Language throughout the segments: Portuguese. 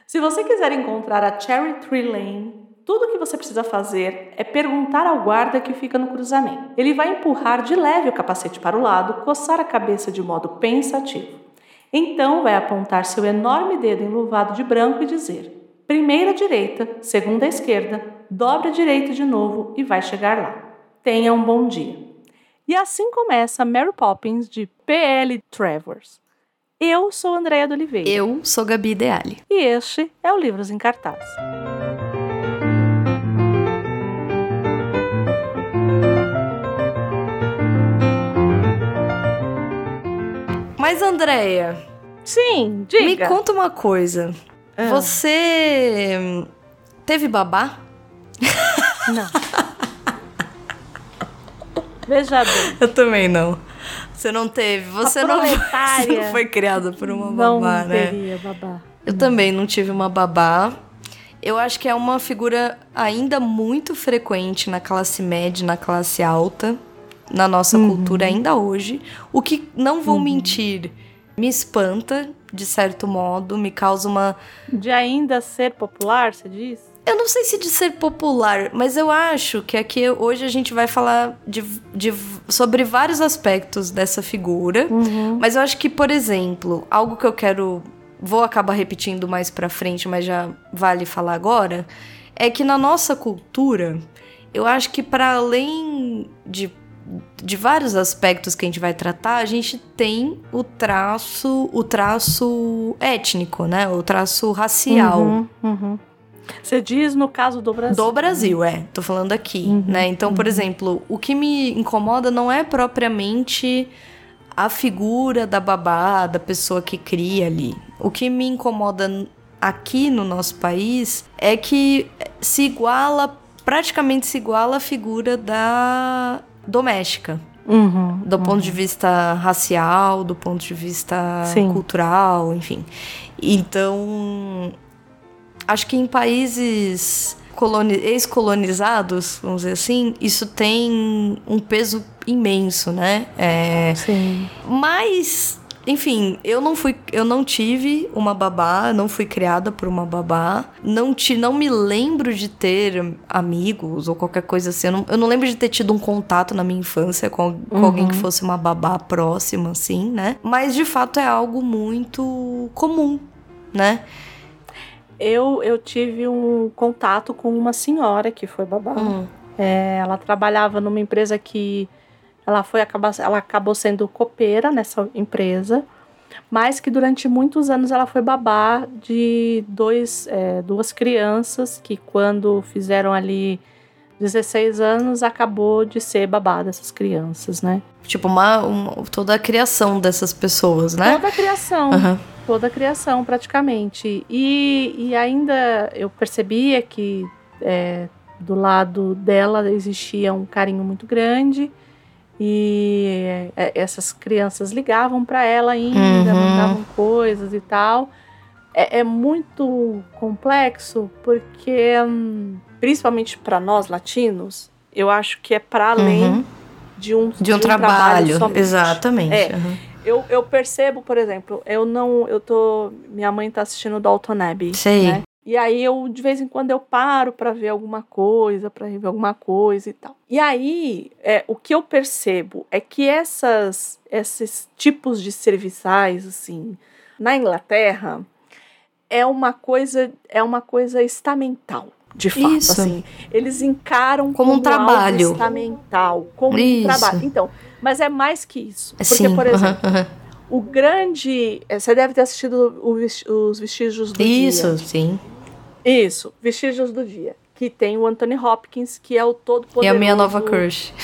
Se você quiser encontrar a Cherry Tree Lane, tudo o que você precisa fazer é perguntar ao guarda que fica no cruzamento. Ele vai empurrar de leve o capacete para o lado, coçar a cabeça de modo pensativo. Então vai apontar seu enorme dedo enluvado de branco e dizer: primeira direita, segunda esquerda, dobre à direita de novo e vai chegar lá. Tenha um bom dia. E assim começa Mary Poppins de P.L. Travers. Eu sou Andréia de Oliveira. Eu sou Gabi Ideale. E este é o Livros em Cartaz. Mas, Andréia... Sim, diga. Me conta uma coisa. Você teve babá? Não. Veja bem. Eu também não. Você não teve. Você não foi criada por uma babá, né? Não teria babá. Eu também não tive uma babá. Eu acho que é uma figura ainda muito frequente na classe média, na classe alta, na nossa cultura ainda hoje. O que, não vou mentir, me espanta, de certo modo, me causa uma... De ainda ser popular, você diz? Eu não sei se de ser popular, mas eu acho que aqui hoje a gente vai falar sobre vários aspectos dessa figura. Mas eu acho que, por exemplo, algo que eu quero... Vou acabar repetindo mais pra frente, mas já vale falar agora. É que na nossa cultura, eu acho que para além de vários aspectos que a gente vai tratar, a gente tem o traço étnico, né? O traço racial. Você diz no caso do Brasil. Do Brasil, tô falando aqui, né? Então, por exemplo, o que me incomoda não é propriamente a figura da babá, da pessoa que cria ali. O que me incomoda aqui no nosso país é que praticamente se iguala a figura da doméstica. Do ponto de vista racial, do ponto de vista cultural, enfim. Então, acho que em países ex-colonizados, vamos dizer assim, isso tem um peso imenso, né? Sim. Mas, enfim, eu não tive uma babá, não fui criada por uma babá, não me lembro de ter amigos ou qualquer coisa assim, eu não lembro de ter tido um contato na minha infância com alguém que fosse uma babá próxima, assim, né? Mas, de fato, é algo muito comum, né? Eu tive um contato com uma senhora que foi babá. Ela trabalhava numa empresa que ela acabou sendo copeira nessa empresa, mas que durante muitos anos ela foi babá de duas crianças que, quando fizeram ali 16 anos, acabou de ser babá dessas crianças, né? Tipo, toda a criação dessas pessoas, né? Toda a criação. Toda a criação, praticamente. E ainda eu percebia que do lado dela existia um carinho muito grande. E essas crianças ligavam para ela ainda, mandavam coisas e tal. É muito complexo, porque, principalmente para nós latinos, eu acho que é para além de um trabalho somente. Exatamente. Eu percebo, por exemplo, minha mãe tá assistindo Downton Abbey, sei, né? E aí de vez em quando eu paro para ver alguma coisa, para rever alguma coisa e tal. E aí, o que eu percebo é que esses tipos de serviçais, assim, na Inglaterra, é uma coisa estamental, de fato. Isso. Assim, eles encaram como um trabalho algo estamental, como um trabalho. Então, mas é mais que isso. Porque, por exemplo, o grande... Você deve ter assistido os Vestígios do Dia. Isso, sim. Isso, Vestígios do Dia. Que tem o Anthony Hopkins, que é o todo-poderoso... E a minha nova crush.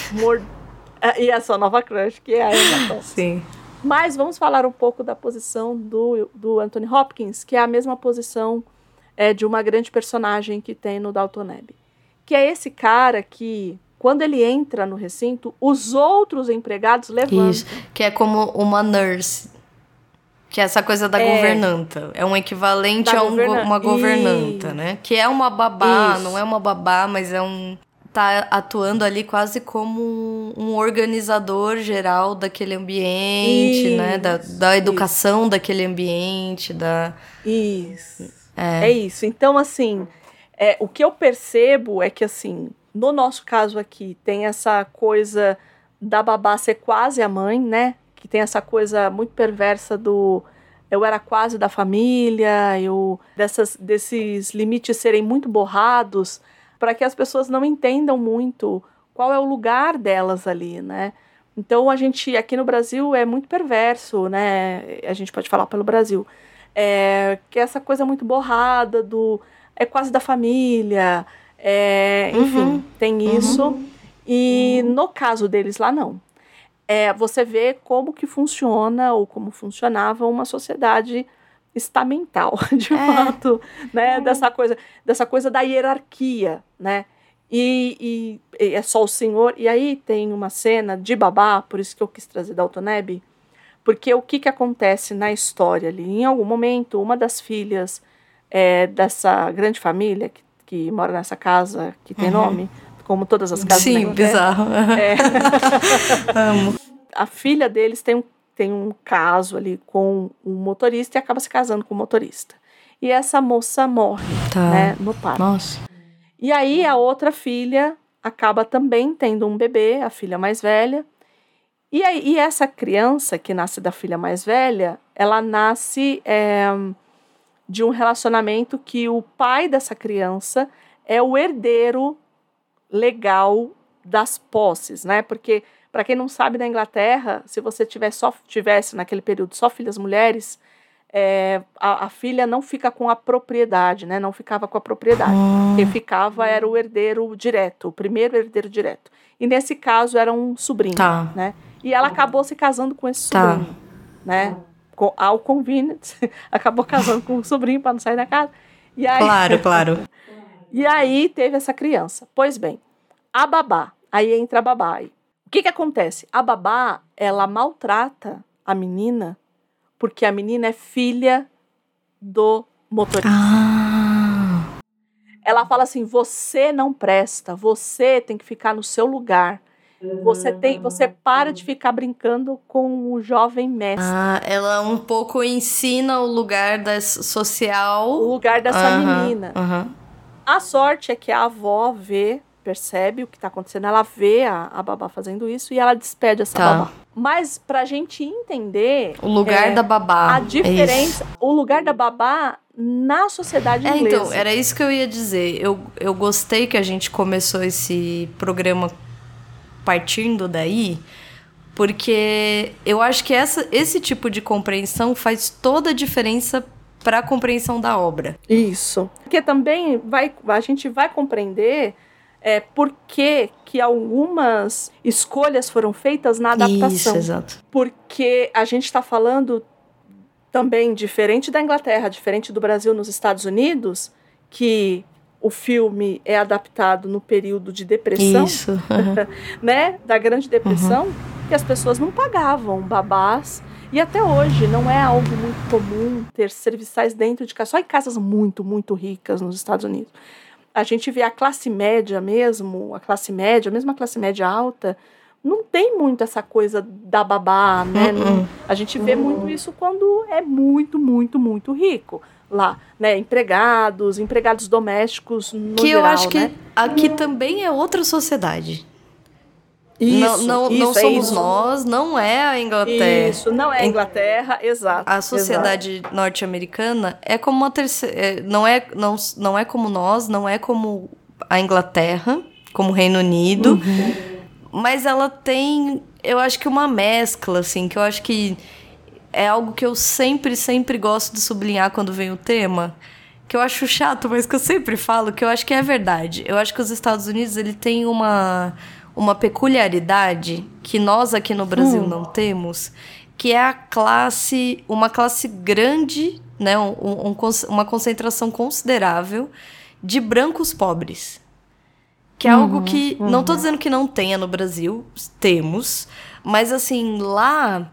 E a sua nova crush, que é a Emma Thompson. Sim. Mas vamos falar um pouco da posição do Anthony Hopkins, que é a mesma posição de uma grande personagem que tem no Downton Abbey. Que é esse cara que, quando ele entra no recinto, os outros empregados levantam. Isso, que é como uma nurse... Que é essa coisa da governanta. É um equivalente a uma governanta, né? Que é uma babá, não é uma babá, mas tá atuando ali quase como um organizador geral daquele ambiente, né? Da educação daquele ambiente, Isso. É isso. Então, assim, o que eu percebo é que, assim, no nosso caso aqui, tem essa coisa da babá ser quase a mãe, né? Que tem essa coisa muito perversa do eu era quase da família, desses limites serem muito borrados, para que as pessoas não entendam muito qual é o lugar delas ali, né? Então, a gente, aqui no Brasil, é muito perverso, né? A gente pode falar pelo Brasil. Que é essa coisa muito borrada é quase da família, enfim, tem isso. E no caso deles lá, não. Você vê como que funciona ou como funcionava uma sociedade estamental, de fato, né? Dessa coisa da hierarquia, né? E é só o senhor. E aí tem uma cena de babá, por isso que eu quis trazer Downton Abbey, porque o que acontece na história ali? Em algum momento, uma das filhas dessa grande família que mora nessa casa, que tem nome, como todas as casas. Sim, bizarro. Amo. A filha deles tem um caso ali com um motorista e acaba se casando com o motorista. E essa moça morre, né, no parto. Nossa. E aí a outra filha acaba também tendo um bebê, a filha mais velha. E essa criança que nasce da filha mais velha, ela nasce de um relacionamento que o pai dessa criança é o herdeiro legal das posses, né? Porque, para quem não sabe, na Inglaterra, se você tivesse naquele período só filhas mulheres, a filha não fica com a propriedade, né? Não ficava com a propriedade. Quem ficava era o herdeiro direto, o primeiro herdeiro direto. E nesse caso era um sobrinho, né? E ela acabou se casando com esse sobrinho, né? Ao convenience, acabou casando com o sobrinho para não sair da casa. E aí, Claro. E aí teve essa criança. Pois bem, a babá, aí entra a babá. Aí. O que acontece? A babá, ela maltrata a menina porque a menina é filha do motorista. Ela fala assim, você não presta, você tem que ficar no seu lugar. Você para de ficar brincando com o jovem mestre. Ela um pouco ensina o lugar social. O lugar dessa menina. A sorte é que a avó percebe o que está acontecendo, ela vê a babá fazendo isso e ela despede essa babá. Mas pra gente entender... O lugar da babá. A diferença, o lugar da babá na sociedade inglesa. Então, era isso que eu ia dizer. Eu gostei que a gente começou esse programa partindo daí, porque eu acho que esse tipo de compreensão faz toda a diferença para a compreensão da obra. Isso. Porque também a gente vai compreender por que algumas escolhas foram feitas na adaptação. Isso, exato. Porque a gente está falando também, diferente da Inglaterra, diferente do Brasil nos Estados Unidos, que o filme é adaptado no período de depressão, isso. né, da Grande Depressão, que as pessoas não pagavam babás. E até hoje não é algo muito comum ter serviçais dentro de casa, só em casas muito, muito ricas nos Estados Unidos. A gente vê a classe média mesmo, a classe média alta, não tem muito essa coisa da babá, né? A gente vê muito isso quando é muito, muito, muito rico lá, né? Empregados domésticos no que geral, eu acho que né? aqui também é outra sociedade. Isso, não somos nós, não é a Inglaterra. Isso, não é a Inglaterra, exato. A sociedade norte-americana é como uma terceira... Não é como nós, não é como a Inglaterra, como o Reino Unido, mas ela tem, eu acho que uma mescla, assim, que eu acho que é algo que eu sempre, sempre gosto de sublinhar quando vem o tema, que eu acho chato, mas que eu sempre falo, que eu acho que é verdade. Eu acho que os Estados Unidos, ele tem uma peculiaridade que nós aqui no Brasil não temos, que é uma classe grande, né, uma concentração considerável de brancos pobres. Que é algo que, não estou dizendo que não tenha no Brasil, temos, mas assim, lá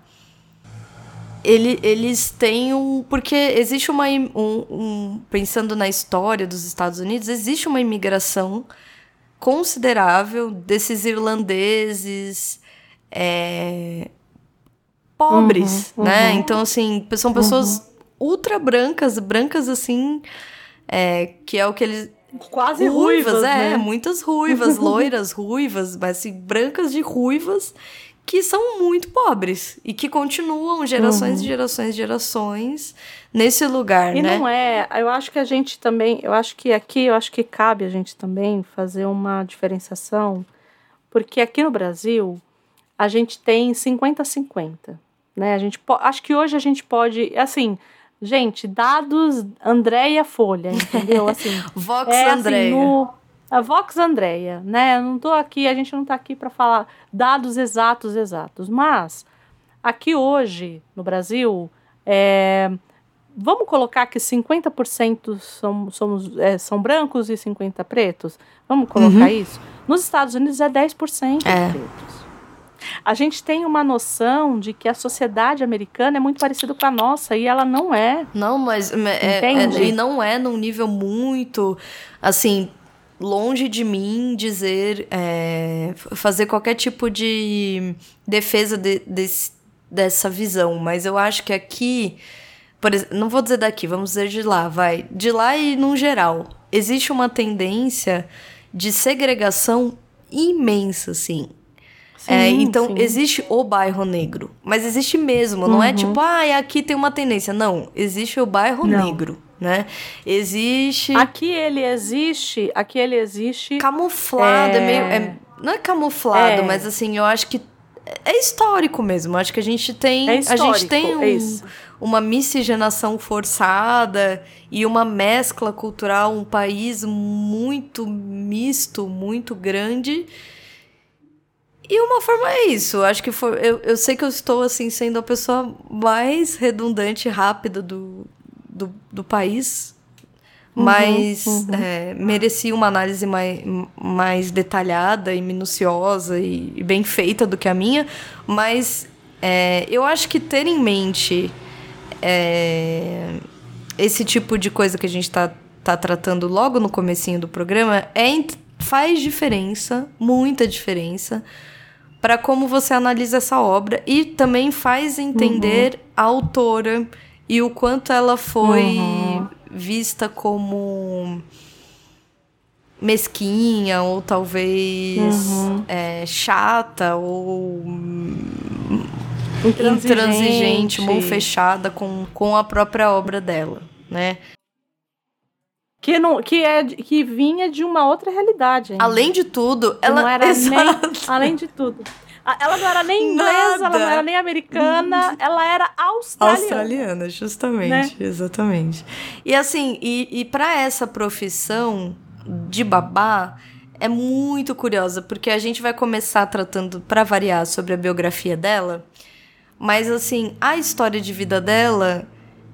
eles têm porque existe pensando na história dos Estados Unidos, existe uma imigração considerável desses irlandeses pobres, né? Então, assim, são pessoas ultra brancas assim, que é o que eles... Quase ruivas, né? Muitas ruivas, loiras ruivas, mas assim, brancas de ruivas, que são muito pobres e que continuam gerações e gerações e gerações nesse lugar, né? E não eu acho que a gente também, eu acho que cabe a gente também fazer uma diferenciação, porque aqui no Brasil a gente tem 50-50, né? Acho que hoje a gente pode, assim... Gente, dados Andréia Folha, entendeu? Assim, Vox Andréia. Assim, a Vox Andréia, né? Eu não tô aqui, a gente não tá aqui para falar dados exatos, mas aqui hoje, no Brasil, vamos colocar que 50% são brancos e 50% pretos? Vamos colocar isso? Nos Estados Unidos é 10% pretos. A gente tem uma noção de que a sociedade americana é muito parecida com a nossa, e ela não é. Não, mas e não é num nível muito, assim, longe de mim dizer, fazer qualquer tipo de defesa dessa visão, mas eu acho que aqui, por exemplo, não vou dizer daqui, vamos dizer de lá, de lá e no geral, existe uma tendência de segregação imensa, assim. Então, existe o bairro negro. Mas existe mesmo. Não é tipo, aqui tem uma tendência. Não, existe o bairro negro, né? Existe... Aqui ele existe... Camuflado, não é camuflado, mas assim, eu acho que é histórico mesmo. Eu acho que a gente tem... uma miscigenação forçada e uma mescla cultural, um país muito misto, muito grande... E uma forma é isso, acho que eu sei que eu estou, assim, sendo a pessoa mais redundante e rápida do país, mas merecia uma análise mais detalhada e minuciosa e bem feita do que a minha, mas eu acho que ter em mente esse tipo de coisa que a gente tá tratando logo no comecinho do programa faz diferença, muita diferença, para como você analisa essa obra e também faz entender a autora e o quanto ela foi vista como mesquinha ou talvez chata ou intransigente, mão fechada com a própria obra dela, né? Que vinha de uma outra realidade. Ainda. Além de tudo, ela não era além de tudo. Ela não era nem inglesa, ela não era nem americana, ela era australiana. Australiana, justamente, né? Exatamente. E assim, e para essa profissão de babá, é muito curiosa, porque a gente vai começar tratando, para variar, sobre a biografia dela, mas assim, a história de vida dela...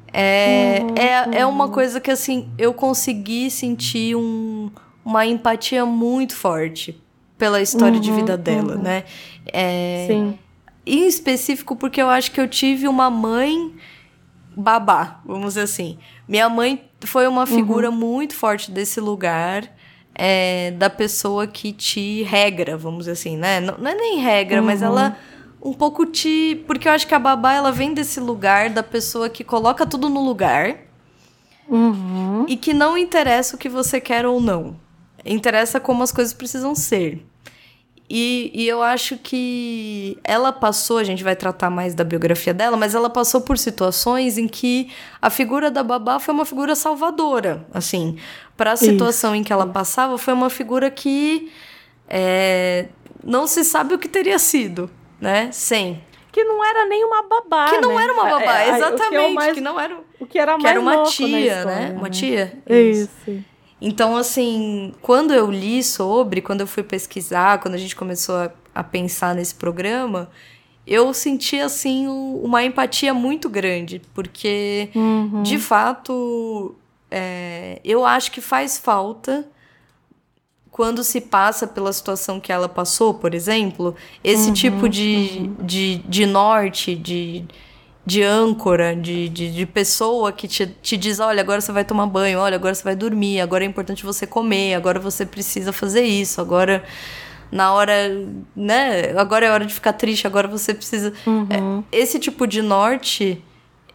É uma coisa que, assim, eu consegui sentir uma empatia muito forte pela história de vida dela, né? Sim. Em específico porque eu acho que eu tive uma mãe babá, vamos dizer assim. Minha mãe foi uma figura muito forte desse lugar, da pessoa que te regra, vamos dizer assim, né? Não é nem regra, mas ela... um pouco porque eu acho que a babá, ela vem desse lugar da pessoa que coloca tudo no lugar e que não interessa o que você quer ou não. Interessa como as coisas precisam ser. E eu acho que ela passou, a gente vai tratar mais da biografia dela, mas ela passou por situações em que a figura da babá foi uma figura salvadora, assim. Para a situação em que ela passava, foi uma figura que não se sabe o que teria sido. Né? Sem. Que não era nem uma babá. Que não era uma babá, exatamente. O que era uma tia, história, né? Uma tia. Isso. Então, assim, quando eu li sobre, quando eu fui pesquisar, quando a gente começou a pensar nesse programa, eu senti, assim, uma empatia muito grande. Porque, de fato, eu acho que faz falta... Quando se passa pela situação que ela passou, por exemplo, esse tipo de norte, de âncora, de pessoa que te diz, olha, agora você vai tomar banho, olha, agora você vai dormir, agora é importante você comer, agora você precisa fazer isso, agora na hora, né, agora é hora de ficar triste, agora você precisa... Esse tipo de norte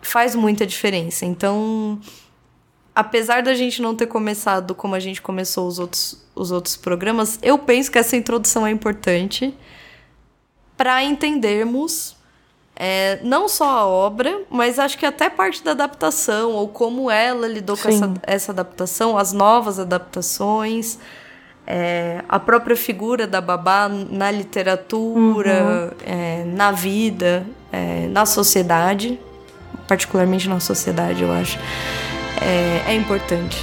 faz muita diferença. Então, apesar da gente não ter começado como a gente começou os outros programas, eu penso que essa introdução é importante para entendermos não só a obra, mas acho que até parte da adaptação, ou como ela lidou com essa adaptação, as novas adaptações, a própria figura da babá na literatura, na vida, na sociedade, particularmente na sociedade, eu acho, é importante.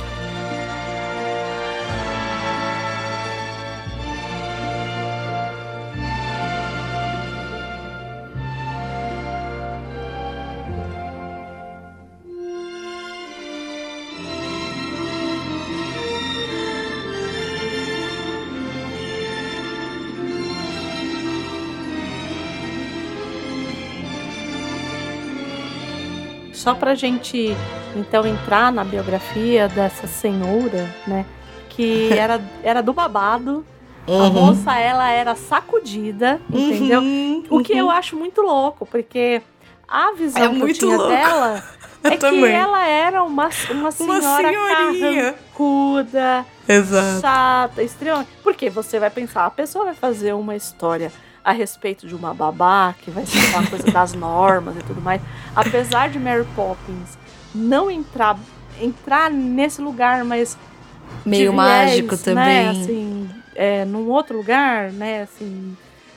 Só pra gente, então, entrar na biografia dessa senhora, né? Que era do babado. A moça, ela era sacudida, entendeu? O que eu acho muito louco, porque a visão que eu tinha dela é que ela era uma senhora carrancuda, chata, extremamente. Porque você vai pensar, a pessoa vai fazer uma história a respeito de uma babá, que vai ser uma coisa das normas e tudo mais. Apesar de Mary Poppins não entrar nesse lugar, mas meio viés, mágico também, né, assim, num outro lugar, né, assim,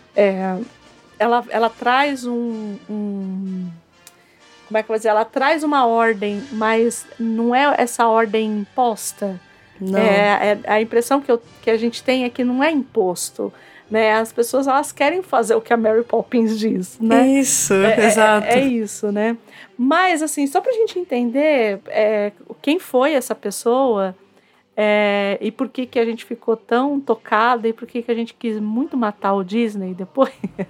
ela traz como é que eu vou dizer? Ela traz uma ordem, mas não é essa ordem imposta. Não. A impressão que a gente tem é que não é imposto. Né, as pessoas, elas querem fazer o que a Mary Poppins diz, né? Isso, exato. É isso, né? Mas, assim, só pra gente entender quem foi essa pessoa e por que a gente ficou tão tocada e por que a gente quis muito matar o Disney depois.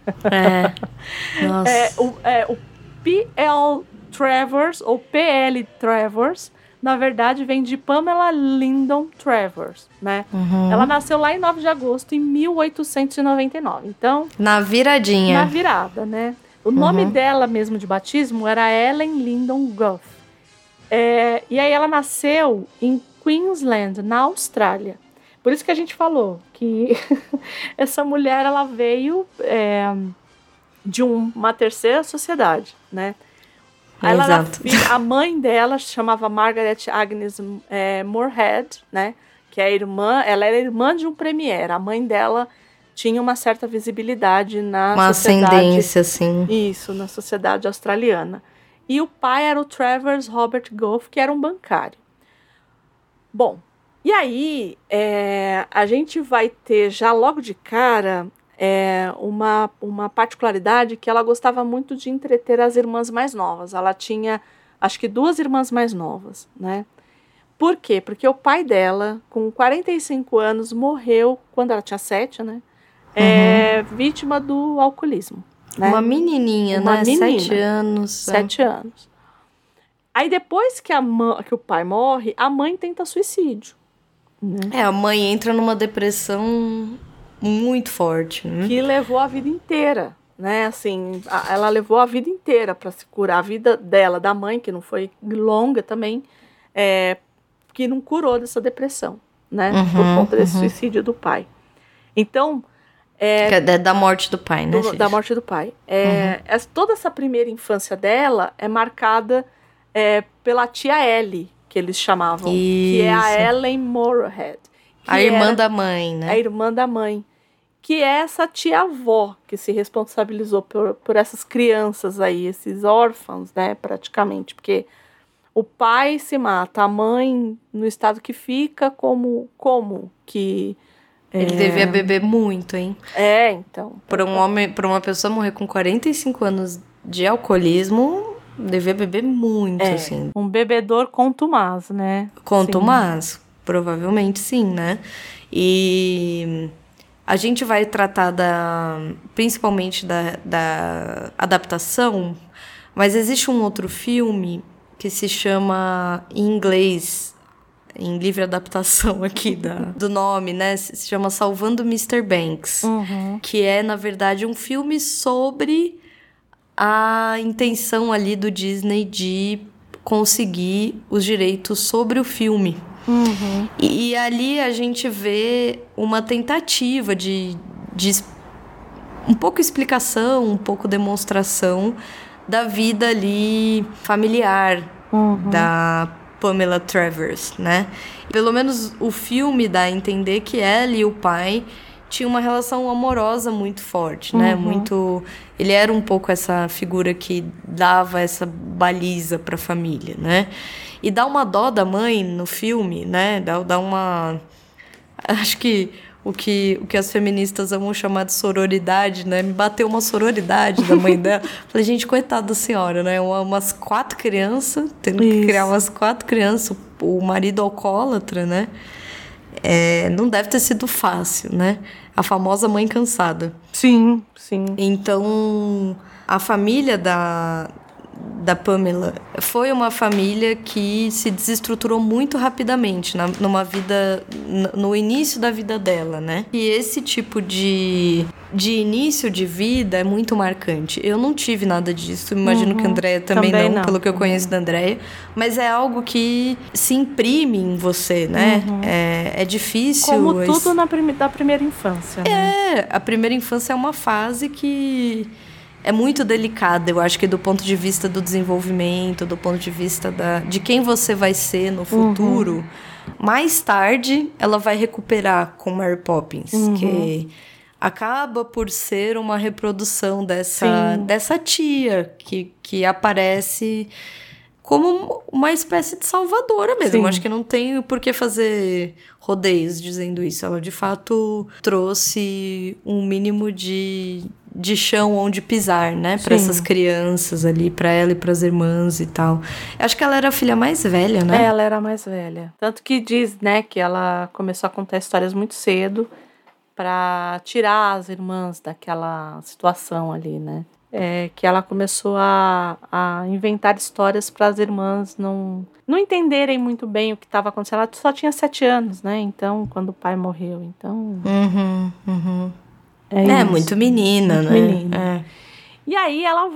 Nossa. O P.L. Travers, ou P.L. Travers, na verdade, vem de Pamela Lyndon Travers, né? Ela nasceu lá em 9 de agosto de 1899. Então, na viradinha. Na virada, né? O nome dela mesmo de batismo era Ellen Lyndon Gough. E aí ela nasceu em Queensland, na Austrália. Por isso que a gente falou que essa mulher, ela veio de uma terceira sociedade, né? A mãe dela chamava Margaret Agnes Moorhead, né? Que ela era irmã de um premier. A mãe dela tinha uma certa visibilidade na sociedade. Uma ascendência, assim. Isso, na sociedade australiana. E o pai era o Travers Robert Gough, que era um bancário. Bom, e aí a gente vai ter já logo de cara uma particularidade que ela gostava muito de entreter as irmãs mais novas. Ela tinha, acho que 2 irmãs mais novas, né? Por quê? Porque o pai dela, com 45 anos, morreu quando ela tinha 7, né? Vítima do alcoolismo. Né? Uma menininha, né? 7 anos. 7 anos. Aí depois que o pai morre, a mãe tenta suicídio. Né? A mãe entra numa depressão muito forte, né? Que levou a vida inteira, né? Assim, ela levou a vida inteira para se curar. A vida dela, da mãe, que não foi longa também, que não curou dessa depressão, né? Por conta desse suicídio do pai. Então... da morte do pai, né? Da morte do pai. Toda essa primeira infância dela é marcada pela tia Ellie, que eles chamavam. Isso. Que é a Ellen Moorhead. A irmã da mãe, né? A irmã da mãe. Que é essa tia-avó que se responsabilizou por essas crianças aí, esses órfãos, né, praticamente. Porque o pai se mata, a mãe, no estado que fica, como que... Ele devia beber muito, hein? Então. Para uma pessoa morrer com 45 anos de alcoolismo, devia beber muito, assim. Um bebedor contumaz, né? Contumaz, provavelmente sim, né? E a gente vai tratar principalmente da adaptação, mas existe um outro filme que se chama, em inglês, em livre adaptação aqui do nome, né? Se chama Salvando Mr. Banks, que é, na verdade, um filme sobre a intenção ali do Disney de conseguir os direitos sobre o filme. E ali a gente vê uma tentativa de um pouco explicação, um pouco demonstração da vida ali familiar da Pamela Travers, né? Pelo menos o filme dá a entender que ela e o pai tinham uma relação amorosa muito forte, né? Ele era um pouco essa figura que dava essa baliza pra família, né? E dá uma dó da mãe no filme, né? Dá uma... Acho que o que as feministas vão chamar de sororidade, né? Me bateu uma sororidade da mãe dela. Falei, gente, coitada da senhora, né? Umas 4 crianças, tendo que criar umas 4 crianças, o marido alcoólatra, né? Não deve ter sido fácil, né? A famosa mãe cansada. Sim. Então, a família da Pamela foi uma família que se desestruturou muito rapidamente numa vida, no início da vida dela, né? E esse tipo de início de vida é muito marcante. Eu não tive nada disso, imagino que a Andréia também não, pelo que eu conheço da Andréia, mas é algo que se imprime em você, né? É difícil. Como tudo da primeira infância, né? A primeira infância é uma fase que é muito delicada, eu acho que do ponto de vista do desenvolvimento, do ponto de vista de quem você vai ser no futuro. Mais tarde, ela vai recuperar com Mary Poppins, que acaba por ser uma reprodução dessa tia que aparece como uma espécie de salvadora mesmo. Eu acho que não tem por que fazer rodeios dizendo isso. Ela, de fato, trouxe um mínimo de chão onde pisar, né? Para essas crianças ali, para ela e para as irmãs e tal. Acho que ela era a filha mais velha, né? Ela era a mais velha. Tanto que diz, né, que ela começou a contar histórias muito cedo para tirar as irmãs daquela situação ali, né? Que ela começou a inventar histórias para as irmãs não entenderem muito bem o que estava acontecendo. Ela só tinha 7 anos, né? Então, quando o pai morreu. Então... muito menina, muito né? Menina. E aí ela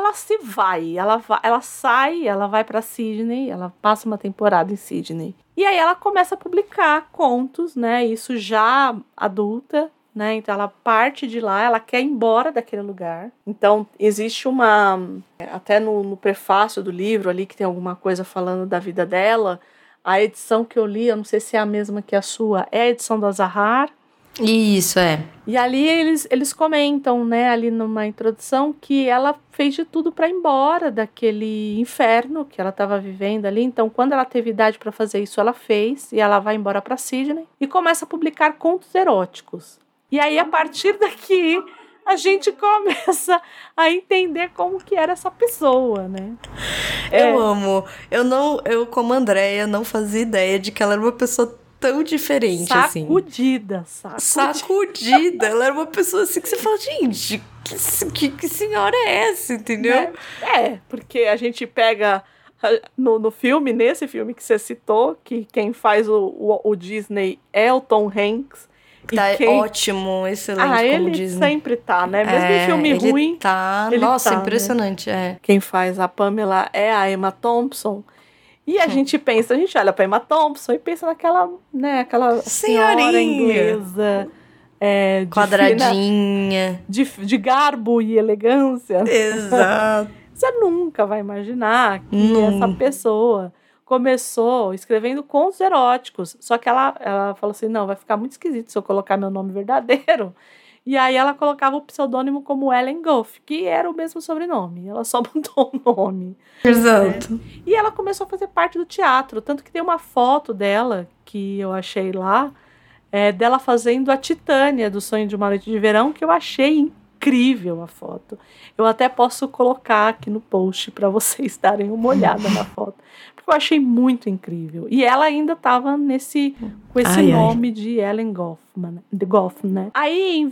sai, ela vai para Sydney, ela passa uma temporada em Sydney. E aí ela começa a publicar contos, né? Isso já adulta, né? Então ela parte de lá, ela quer ir embora daquele lugar. Então existe até no prefácio do livro ali que tem alguma coisa falando da vida dela. A edição que eu li, eu não sei se é a mesma que a sua, é a edição da Zahar. Isso, E ali eles comentam, né, ali numa introdução, que ela fez de tudo para ir embora daquele inferno que ela estava vivendo ali. Então, quando ela teve idade para fazer isso, ela fez, e ela vai embora para Sydney e começa a publicar contos eróticos. E aí, a partir daqui, a gente começa a entender como que era essa pessoa, né? Eu amo. Eu, como Andréia, não fazia ideia de que ela era uma pessoa tão diferente, sacudida. Sacudida. Ela era uma pessoa assim que você fala, gente, que senhora é essa, entendeu? Porque a gente pega no filme, nesse filme que você citou, que quem faz o Disney é o Tom Hanks. Tá ótimo, excelente como ele Disney. Sempre tá, né? Mesmo em filme ruim. Nossa, impressionante, né? Quem faz a Pamela é a Emma Thompson. E a gente olha pra Emma Thompson e pensa naquela, né, aquela senhora inglesa. Quadradinha. De garbo e elegância. Exato. Você nunca vai imaginar que essa pessoa começou escrevendo contos eróticos. Só que ela falou assim, não, vai ficar muito esquisito se eu colocar meu nome verdadeiro. E aí ela colocava o pseudônimo como Ellen Goff, que era o mesmo sobrenome. Ela só mudou o nome. Exato. Né? E ela começou a fazer parte do teatro. Tanto que tem uma foto dela, que eu achei lá, dela fazendo a Titânia, do Sonho de uma Noite de Verão, que eu achei incrível a foto. Eu até posso colocar aqui no post para vocês darem uma olhada na foto. Porque eu achei muito incrível. E ela ainda estava com esse nome de Ellen Goff, né? Aí, em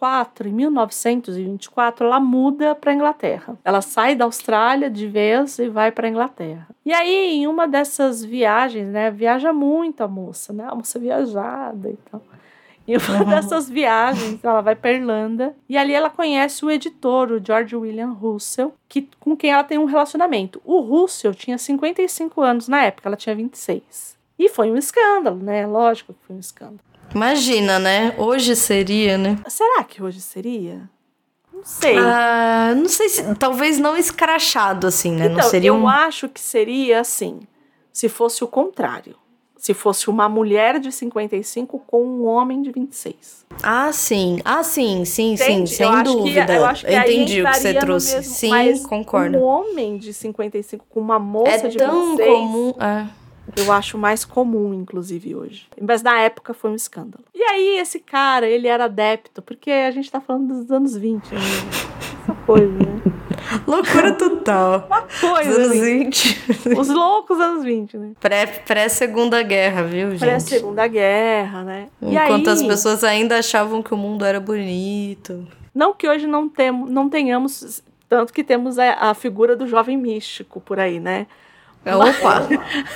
1924, ela muda para Inglaterra. Ela sai da Austrália de vez e vai para Inglaterra. E aí, em uma dessas viagens, né? Viaja muito a moça, né? A moça viajada e tal. Em uma dessas viagens, ela vai pra Irlanda e ali ela conhece o editor, o George William Russell, com quem ela tem um relacionamento. O Russell tinha 55 anos na época, ela tinha 26. E foi um escândalo, né? Lógico que foi um escândalo. Imagina, né? Hoje seria, né? Será que hoje seria? Não sei. Não sei se... Talvez não escrachado, assim, né? Então, não seria eu acho que seria assim, se fosse o contrário. Se fosse uma mulher de 55 com um homem de 26. Sim, sem dúvida. Eu acho que entendi o que você trouxe. Sim, concordo. Um homem de 55 com uma moça de 26... É tão comum... Eu acho mais comum, inclusive, hoje. Mas na época foi um escândalo. E aí, esse cara, ele era adepto, porque a gente tá falando dos anos 20, né? Essa coisa, né? Loucura total. Uma coisa, anos 20. Os loucos anos 20, né? Pré-Segunda Guerra, viu, gente? Pré-Segunda Guerra, né? Enquanto as pessoas ainda achavam que o mundo era bonito. Não que hoje não tenhamos... Tanto que temos a figura do jovem místico por aí, né? Opa!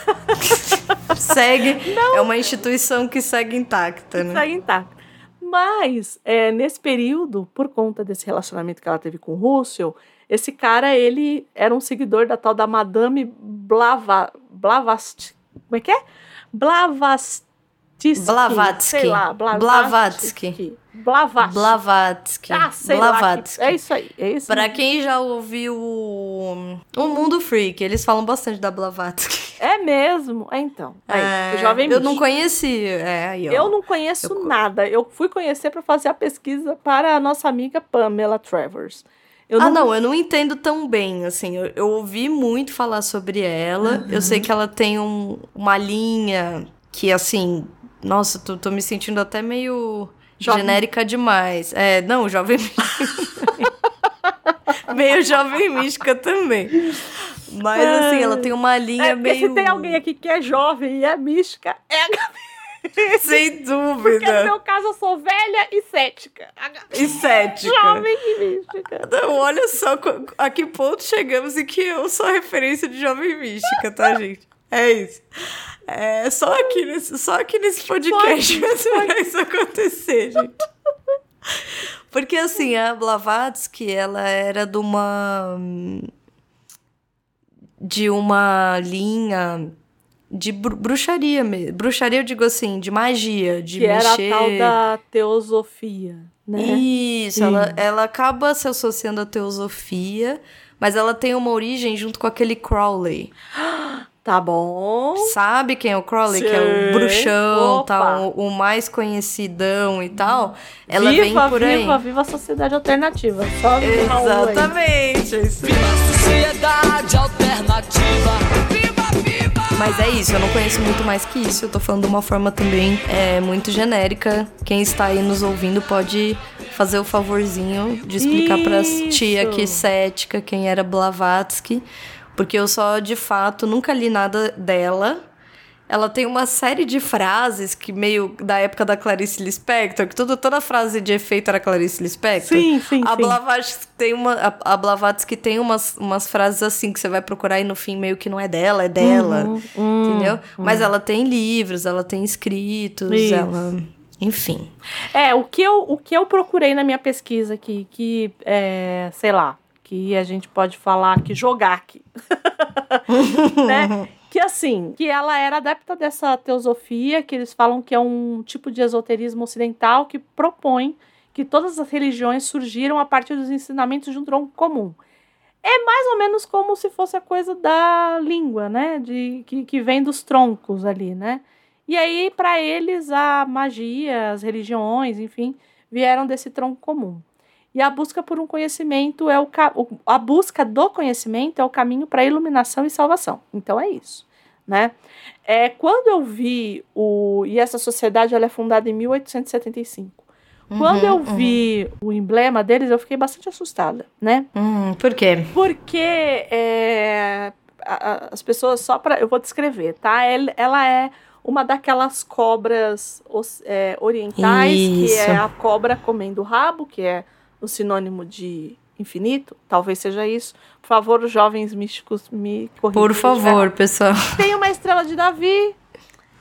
Segue. Não. É uma instituição que segue intacta, né? Segue intacta. Mas, nesse período, por conta desse relacionamento que ela teve com o Russell, esse cara, ele era um seguidor da tal da Madame Blavatsky. Como é que é? Blavatsky. Sei lá, Blavatsky. Sei lá. É isso aí. Pra quem já ouviu o Mundo Freak, eles falam bastante da Blavatsky. É mesmo? Então. Aí, o Jovem Místico. Eu não conhecia. Eu não conheço nada. Eu fui conhecer para fazer a pesquisa para a nossa amiga Pamela Travers. Eu não entendo tão bem, assim, eu ouvi muito falar sobre ela, eu sei que ela tem uma linha que, assim, nossa, tô me sentindo até meio genérica demais. Jovem Mística. Meio Jovem Mística também. Mas, assim, ela tem uma linha meio... Se tem alguém aqui que é jovem e é mística, é a Gabi. Sem dúvida. Porque no meu caso eu sou velha e cética. Jovem e mística. Não, olha só a que ponto chegamos em que eu sou a referência de jovem mística, tá, gente? É isso. Só aqui nesse podcast vai isso acontecer, gente. Porque, assim, a Blavatsky, ela era de uma linha... de bruxaria mesmo. Bruxaria, eu digo assim, de magia, de mexer... Que era a tal da teosofia, né? Isso, ela acaba se associando à teosofia, mas ela tem uma origem junto com aquele Crowley. Tá bom. Sabe quem é o Crowley? Sim. Que é o bruxão, tal, o mais conhecidão e tal. Ela vem por aí. Viva a sociedade alternativa. Só exatamente. É isso. Viva a sociedade alternativa. Mas é isso, eu não conheço muito mais que isso. Eu tô falando de uma forma também muito genérica. Quem está aí nos ouvindo pode fazer o favorzinho de explicar pra tia aqui cética quem era Blavatsky. Porque eu só, de fato, nunca li nada dela. Ela tem uma série de frases que meio da época da Clarice Lispector, que toda frase de efeito era Clarice Lispector. Sim. A Blavatsky tem umas frases assim que você vai procurar e no fim meio que não é dela, é dela. Entendeu? Mas ela tem livros, ela tem escritos, ela... Enfim. O que eu procurei na minha pesquisa aqui, que sei lá, que a gente pode falar, jogar aqui. Né? Que assim, que ela era adepta dessa teosofia, que eles falam que é um tipo de esoterismo ocidental que propõe que todas as religiões surgiram a partir dos ensinamentos de um tronco comum. É mais ou menos como se fosse a coisa da língua, né? Que vem dos troncos ali, né? E aí, para eles, a magia, as religiões, enfim, vieram desse tronco comum. E a busca por um conhecimento a busca do conhecimento é o caminho para a iluminação e salvação. Então é isso, né? Quando eu vi e essa sociedade ela é fundada em 1875. Quando eu vi o emblema deles, eu fiquei bastante assustada, né? Por quê? Porque as pessoas eu vou descrever, tá? Ela é uma daquelas cobras orientais, que é a cobra comendo o rabo, que é o sinônimo de infinito, talvez seja isso. Por favor, os jovens místicos me corrijam. Por favor, pessoal. Tem uma estrela de Davi,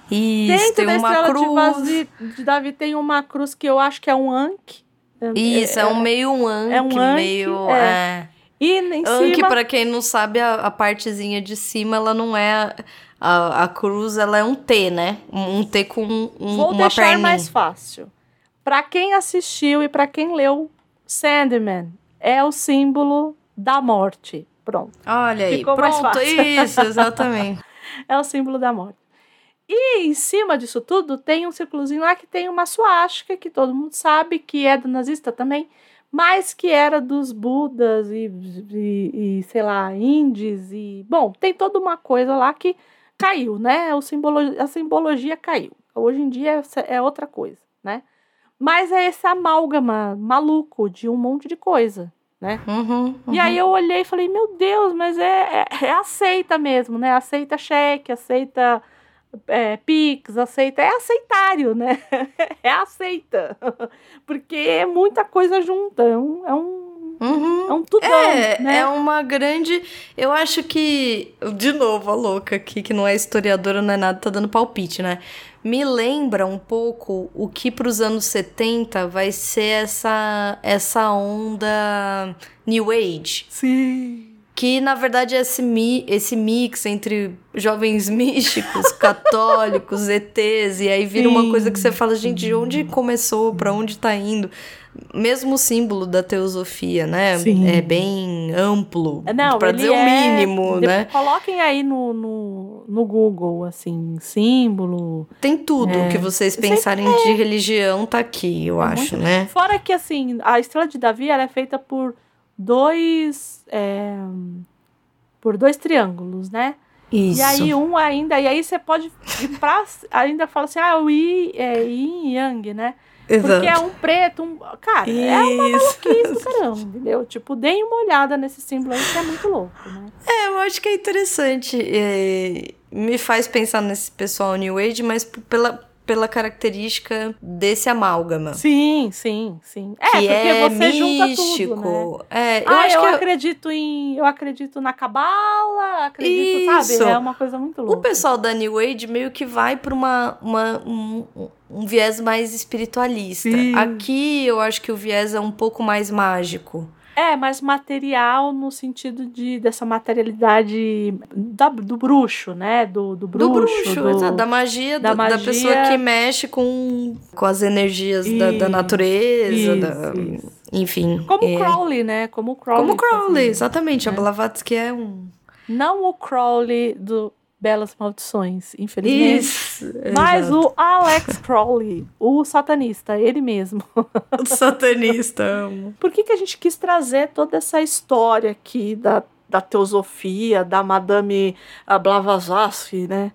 Isso, Dentro tem da uma estrela cruz. de Davi tem uma cruz que eu acho que é um Ankh. Isso, é um meio Ankh, é um Ankh, meio... E em Ankh, cima... pra quem não sabe, a partezinha de cima, ela não é... A cruz, ela é um T, né? Um T com Vou uma deixar perninha. mais fácil. Pra quem assistiu e pra quem leu Sandman, é o símbolo da morte. Pronto. Olha aí, Ficou mais pronto, fácil. isso, exatamente. É o símbolo da morte. E em cima disso tudo tem um círculozinho lá que tem uma suástica, que todo mundo sabe que é do nazista também, mas que era dos budas e sei lá, índios e... Bom, tem toda uma coisa lá que caiu, né? A simbologia caiu. Hoje em dia é outra coisa, né? Mas é esse amálgama maluco de um monte de coisa, né? E aí eu olhei e falei, meu Deus, mas é a seita mesmo, né? Aceita cheque, aceita Pix, aceita... É aceitário, né? É aceita. Porque é muita coisa junta. É um tudão, né? É uma grande... Eu acho que... De novo, a louca aqui, que não é historiadora, não é nada, tá dando palpite, né? Me lembra um pouco o que pros anos 70 vai ser essa onda New Age. Sim. Que, na verdade, é esse mix entre jovens místicos, católicos, ETs, e aí vira uma coisa que você fala, gente, de onde começou, pra onde tá indo? Mesmo o símbolo da teosofia, né? Sim. É bem amplo, Não, pra dizer o mínimo, né? Coloquem aí no Google, assim, símbolo. Tem tudo que vocês pensarem de religião tá aqui, eu acho, né? Fora que, assim, a estrela de Davi ela é feita por dois triângulos, né? Isso. E aí e aí você pode ir pra, ainda fala assim, o Yin e Yang, né? Exato. Porque é um preto, cara, é uma maluquice do caramba, entendeu? Tipo, deem uma olhada nesse símbolo aí que é muito louco, né? Eu acho que é interessante. Me faz pensar nesse pessoal New Age, mas pela característica desse amálgama. Sim. Porque você místico. Junta tudo, né? Eu acredito na cabala, acredito, Isso. sabe? É uma coisa muito louca. O pessoal da New Age meio que vai para um viés mais espiritualista. Sim. Aqui eu acho que o viés é um pouco mais mágico. Mais material no sentido dessa materialidade do bruxo, né? Do bruxo. Exato, da magia, da pessoa que mexe com as energias da natureza. Isso. Enfim. Como o Crowley, né? Como o Crowley, exatamente. A Blavatsky é um... Não o Crowley do Belas Maldições, infelizmente. Isso, mas exato. o Alex Crowley, o satanista, ele mesmo. O satanista, amo. Por que a gente quis trazer toda essa história aqui da teosofia, da Madame Blavatsky, né?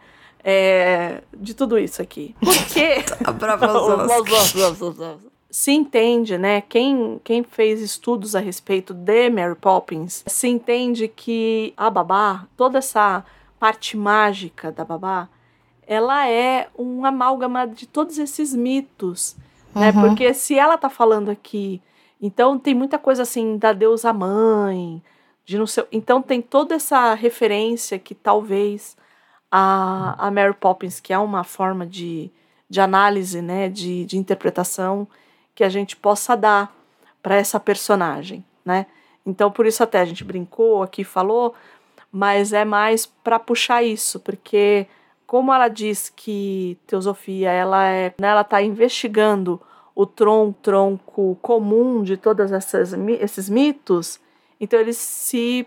De tudo isso aqui. Porque... A Blavatsky. Se entende, né? Quem fez estudos a respeito de Mary Poppins, se entende que a Babá, toda essa parte mágica da Babá, ela é um amálgama de todos esses mitos, né? Porque se ela tá falando aqui, então tem muita coisa assim da deusa mãe, de não sei, então tem toda essa referência que talvez a Mary Poppins, que é uma forma de análise, né? De interpretação que a gente possa dar para essa personagem, né? Então por isso até a gente brincou aqui, falou, mas é mais para puxar isso, porque como ela diz que teosofia, ela tá investigando o tronco comum de todos esses mitos, então eles se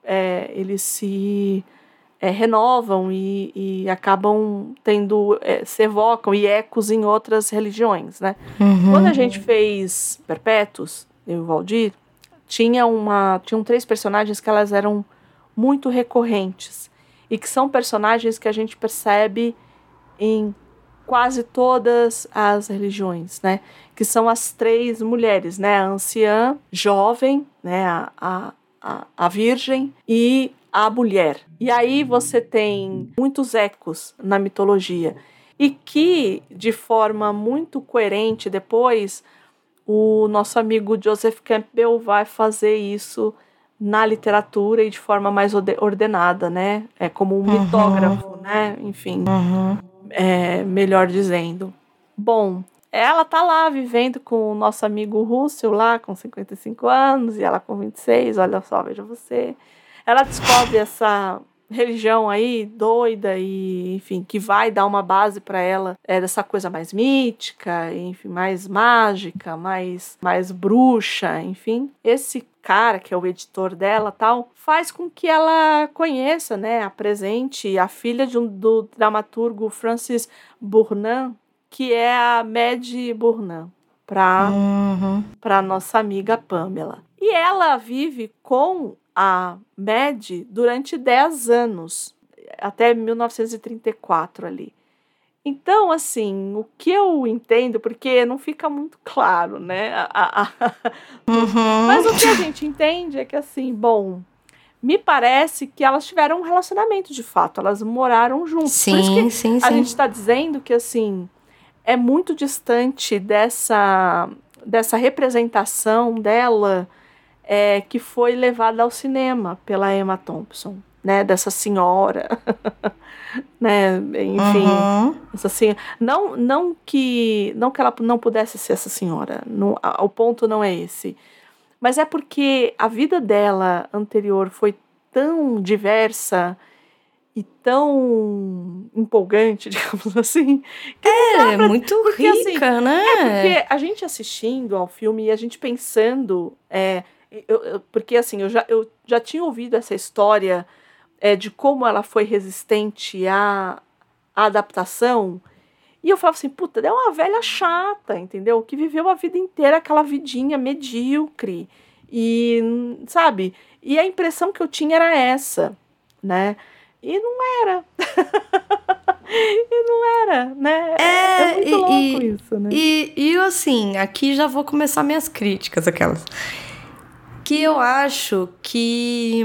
renovam e acabam tendo, se evocam e ecos em outras religiões, né? Quando a gente fez Perpétuos, eu e o Valdir, tinham 3 personagens que elas eram muito recorrentes e que são personagens que a gente percebe em quase todas as religiões, né? Que são as 3 mulheres, né? A anciã, jovem, né? A virgem e a mulher. E aí você tem muitos ecos na mitologia e que, de forma muito coerente, depois o nosso amigo Joseph Campbell vai fazer isso na literatura e de forma mais ordenada, né? É como um mitógrafo, né? Enfim, melhor dizendo. Bom, ela tá lá vivendo com o nosso amigo Russell lá, com 55 anos, e ela com 26, olha só, veja você. Ela descobre essa religião aí doida e, enfim, que vai dar uma base para ela dessa coisa mais mítica, enfim, mais mágica, mais bruxa, enfim. Esse cara, que é o editor dela, tal, faz com que ela conheça, né, apresente a filha do dramaturgo Francis Burnand, que é a Maddie Burnand, para nossa amiga Pamela. E ela vive com a Maddie durante 10 anos, até 1934 ali. Então, assim, o que eu entendo, porque não fica muito claro, né? Mas o que a gente entende é que, assim, bom, me parece que elas tiveram um relacionamento de fato, elas moraram juntas. Sim, por isso que sim. A gente está dizendo que, assim, é muito distante dessa representação dela que foi levada ao cinema pela Emma Thompson, né, dessa senhora, né, enfim, essa senhora, não que ela não pudesse ser essa senhora, o ponto não é esse, mas é porque a vida dela anterior foi tão diversa e tão empolgante, digamos assim. Que muito rica, assim, né? Porque a gente assistindo ao filme e a gente pensando... porque assim, eu já tinha ouvido essa história de como ela foi resistente à adaptação, e eu falava assim, puta, é uma velha chata, entendeu? Que viveu a vida inteira aquela vidinha medíocre, e, sabe? E a impressão que eu tinha era essa, né? E não era. Né? É muito louco isso, né? E assim, aqui já vou começar minhas críticas, aquelas... Que eu acho que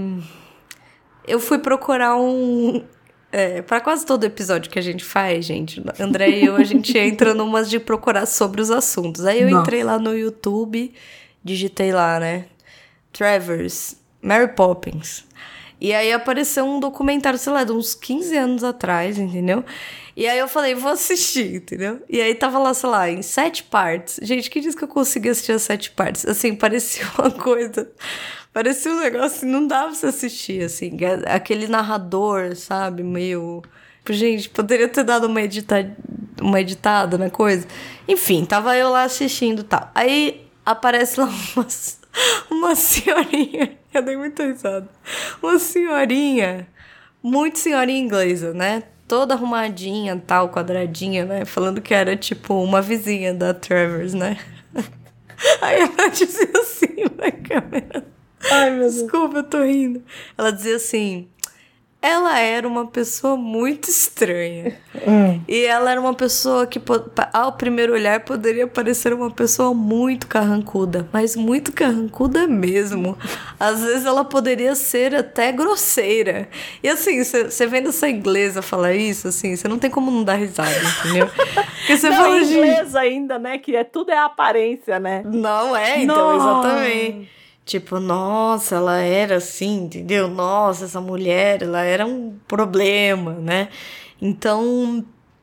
eu fui procurar para quase todo episódio que a gente faz, gente, André e eu, a gente entra numas de procurar sobre os assuntos. Aí eu entrei lá no YouTube, digitei lá, né? Travers, Mary Poppins. E aí apareceu um documentário, sei lá, de uns 15 anos atrás, entendeu? E aí eu falei, vou assistir, entendeu? E aí tava lá, sei lá, em 7 partes. Gente, quem disse que eu consegui assistir as 7 partes? Assim, parecia uma coisa... Parecia um negócio, não dava pra você assistir, assim. Aquele narrador, sabe, meio... Gente, poderia ter dado uma editada na coisa. Enfim, tava eu lá assistindo e tal. Aí aparece lá uma senhorinha... Eu dei muita risada. Uma senhorinha, muito senhorinha inglesa, né? Toda arrumadinha, tal, quadradinha, né? Falando que era, tipo, uma vizinha da Travers, né? Aí ela dizia assim na câmera. Ai, meu Deus. Desculpa, eu tô rindo. Ela dizia assim... Ela era uma pessoa muito estranha. E ela era uma pessoa que, ao primeiro olhar, poderia parecer uma pessoa muito carrancuda. Mas muito carrancuda mesmo. Às vezes ela poderia ser até grosseira. E assim, você vendo essa inglesa falar isso, assim, você não tem como não dar risada, entendeu? Porque você fala inglesa ainda, né? Que tudo é aparência, né? Não é, então, exatamente. Tipo, nossa, ela era assim, entendeu? Nossa, essa mulher, ela era um problema, né? Então,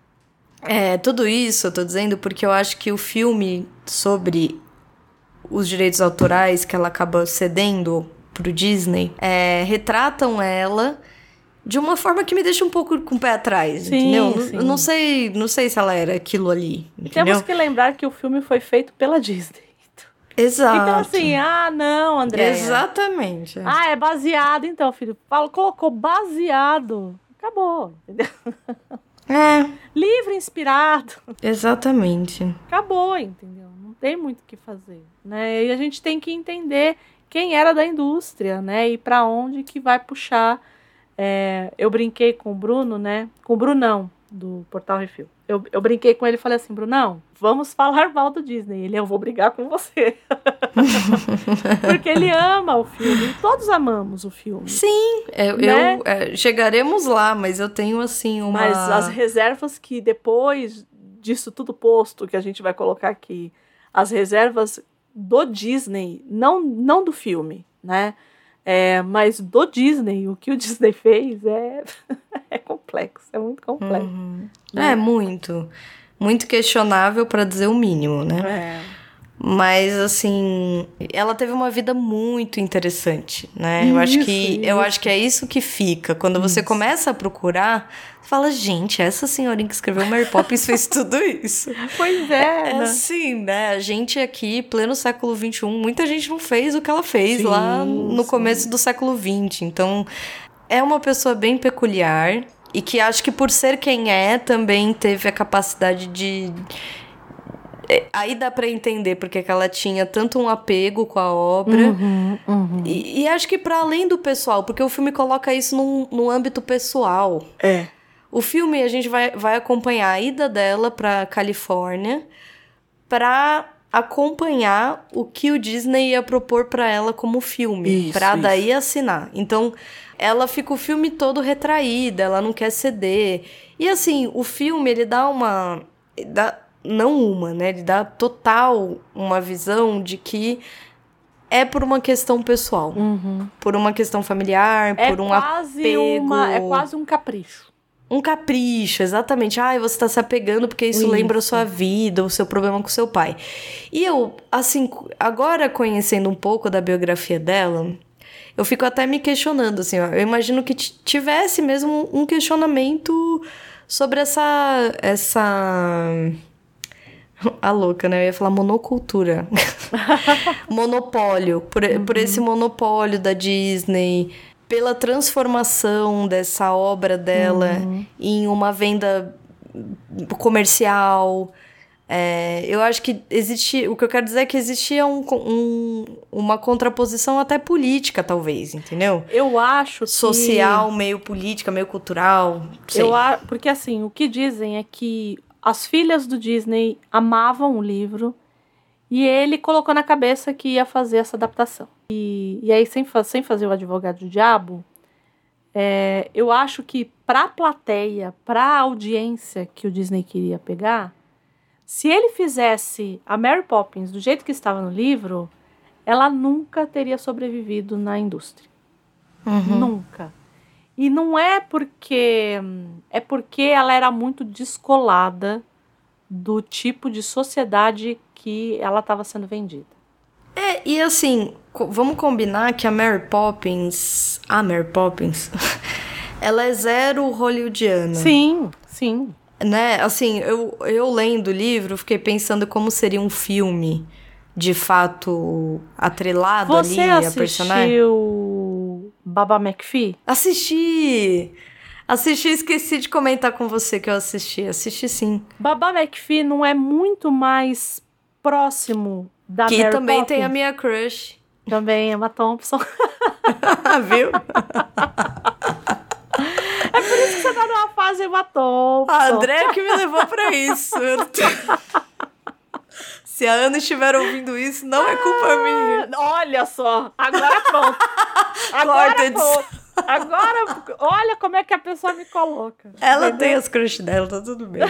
tudo isso eu tô dizendo porque eu acho que o filme sobre os direitos autorais que ela acaba cedendo pro Disney, retratam ela de uma forma que me deixa um pouco com o pé atrás, entendeu? Sim. Não sei se ela era aquilo ali, entendeu? Temos que lembrar que o filme foi feito pela Disney. Exato. Então, assim, não, André. Exatamente. É baseado, então, filho. Colocou baseado. Acabou, entendeu? Livro inspirado. Exatamente. Acabou, entendeu? Não tem muito o que fazer, né? E a gente tem que entender quem era da indústria, né? E pra onde que vai puxar. Eu brinquei com o Bruno, né? Com o Brunão, do Portal Refil. Eu brinquei com ele e falei assim, Brunão, vamos falar mal do Disney. Eu vou brigar com você. Porque ele ama o filme. Todos amamos o filme. Sim, né? Chegaremos lá, mas eu tenho assim uma... Mas as reservas que depois disso tudo posto, que a gente vai colocar aqui, as reservas do Disney, não do filme, né? Mas do Disney, o que o Disney fez é complexo, é muito complexo. Né? Muito. Muito questionável, pra dizer o mínimo, né? Mas, assim, ela teve uma vida muito interessante, né? Eu acho que é isso que fica. Quando você começa a procurar, você fala, gente, essa senhorinha que escreveu Mary Poppins fez tudo isso. Pois é, né? Assim, né? A gente aqui, pleno século XXI, muita gente não fez o que ela fez lá no começo do século XX. Então, é uma pessoa bem peculiar e que acho que por ser quem é, também teve a capacidade de... Aí dá pra entender porque que ela tinha tanto um apego com a obra. E acho que pra além do pessoal, porque o filme coloca isso no âmbito pessoal. O filme, a gente vai acompanhar a ida dela pra Califórnia pra acompanhar o que o Disney ia propor pra ela como filme. Pra daí assinar. Então, ela fica o filme todo retraída, ela não quer ceder. E assim, o filme, ele dá uma... né? Ele dá total uma visão de que é por uma questão pessoal. Por uma questão familiar, por um apego. É quase um capricho. Um capricho, exatamente. Você tá se apegando porque isso lembra a sua vida, o seu problema com seu pai. E eu, assim, agora conhecendo um pouco da biografia dela, eu fico até me questionando, assim, ó. Eu imagino que tivesse mesmo um questionamento sobre essa... A louca, né? Eu ia falar monocultura. Monopólio. Por esse monopólio da Disney, pela transformação dessa obra dela em uma venda comercial. Eu acho que existia... O que eu quero dizer é que existia uma contraposição até política, talvez, entendeu? Eu acho social, meio política, meio cultural. Porque, assim, o que dizem é que as filhas do Disney amavam o livro e ele colocou na cabeça que ia fazer essa adaptação. E aí, sem fazer o advogado do diabo, eu acho que para a plateia, para a audiência que o Disney queria pegar, se ele fizesse a Mary Poppins do jeito que estava no livro, ela nunca teria sobrevivido na indústria. Nunca. E não é porque... É porque ela era muito descolada do tipo de sociedade que ela estava sendo vendida. E assim, vamos combinar que a Mary Poppins, ela é zero hollywoodiana. Sim. Né? Assim, eu lendo o livro, fiquei pensando como seria um filme, de fato, atrelado ali a personagem. Você assistiu Baba McPhee? Assisti, esqueci de comentar com você que eu assisti sim. Baba McPhee não é muito mais próximo da que Mary também Poppins? Tem a minha crush. Também, Emma Thompson. Viu? É por isso que você tá numa fase Emma Thompson. A André que me levou pra isso. Se a Ana estiver ouvindo isso, não é culpa minha. Olha só, agora pronto. Agora, olha como é que a pessoa me coloca. Ela tem as crush dela, tá tudo bem.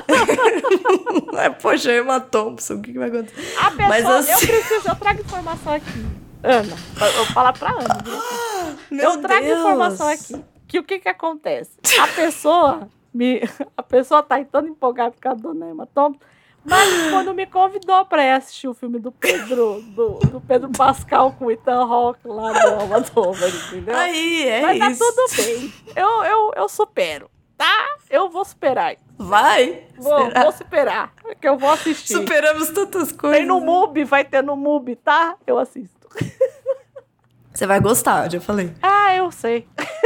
Poxa, Emma Thompson, o que vai acontecer? A pessoa, mas assim... eu trago informação aqui. Ana, eu vou falar pra Ana. Eu trago informação aqui. Que o que acontece? A pessoa tá tão empolgada com a dona Emma Thompson, mas quando me convidou pra ir assistir o filme do Pedro Pascal com o Ethan Hawke lá no Almodóvar, entendeu? Mas tá tudo bem. Eu supero, tá? Eu vou superar isso. Vou superar, que eu vou assistir. Superamos tantas coisas. Tem no MUBI, vai ter no MUBI, tá? Eu assisto. Você vai gostar, já falei. Eu sei.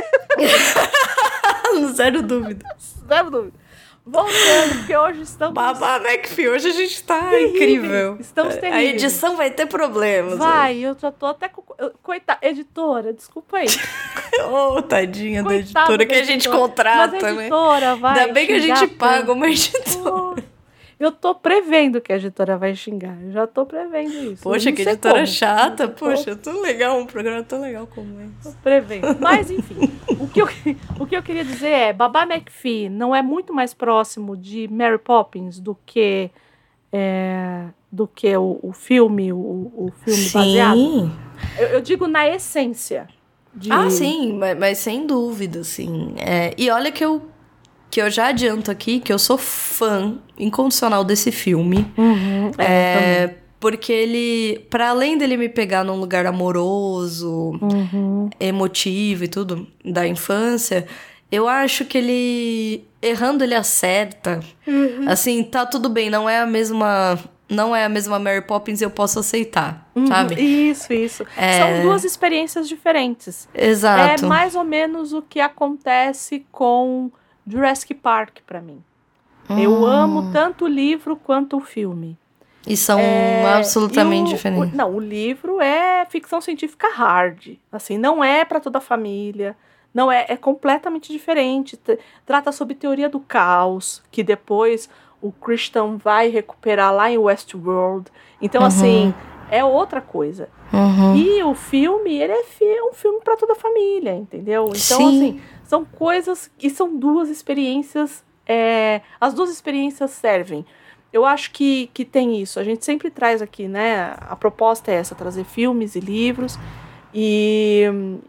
Zero dúvida. Voltando, porque hoje estamos... Baba McPhee, hoje a gente tá incrível. Estamos terríveis. A edição vai ter problemas. Eu já tô até com... Coitada, editora, desculpa aí. Tadinha da editora que a gente contrata, mas a editora, né? Ainda bem que a gente paga uma editora. Eu tô prevendo que a editora vai xingar. Eu já tô prevendo isso. Poxa, que editora chata. Poxa, tão legal, um programa tão legal como esse. Tô prevendo. Mas, enfim, o que eu queria dizer é, Baba McPhee não é muito mais próximo de Mary Poppins do que o filme, o filme baseado. Eu digo na essência. Sim, mas sem dúvida, assim. E olha que eu já adianto aqui que eu sou fã incondicional desse filme. Porque ele, para além dele me pegar num lugar amoroso, emotivo e tudo, da infância, eu acho que ele, errando, ele acerta. Assim, tá tudo bem, não é a mesma Mary Poppins, eu posso aceitar, sabe? Isso. São duas experiências diferentes. Exato. É mais ou menos o que acontece com Jurassic Park pra mim. Eu amo tanto o livro quanto o filme. E são absolutamente diferentes. O livro é ficção científica hard. Assim, não é pra toda a família. Não é completamente diferente. Trata sobre teoria do caos, que depois o Christian vai recuperar lá em Westworld. Então, assim, é outra coisa. E o filme, ele é um filme pra toda a família, entendeu? Então, assim, são coisas... E são duas experiências... as duas experiências servem. Eu acho que tem isso. A gente sempre traz aqui, né? A proposta é essa, trazer filmes e livros. E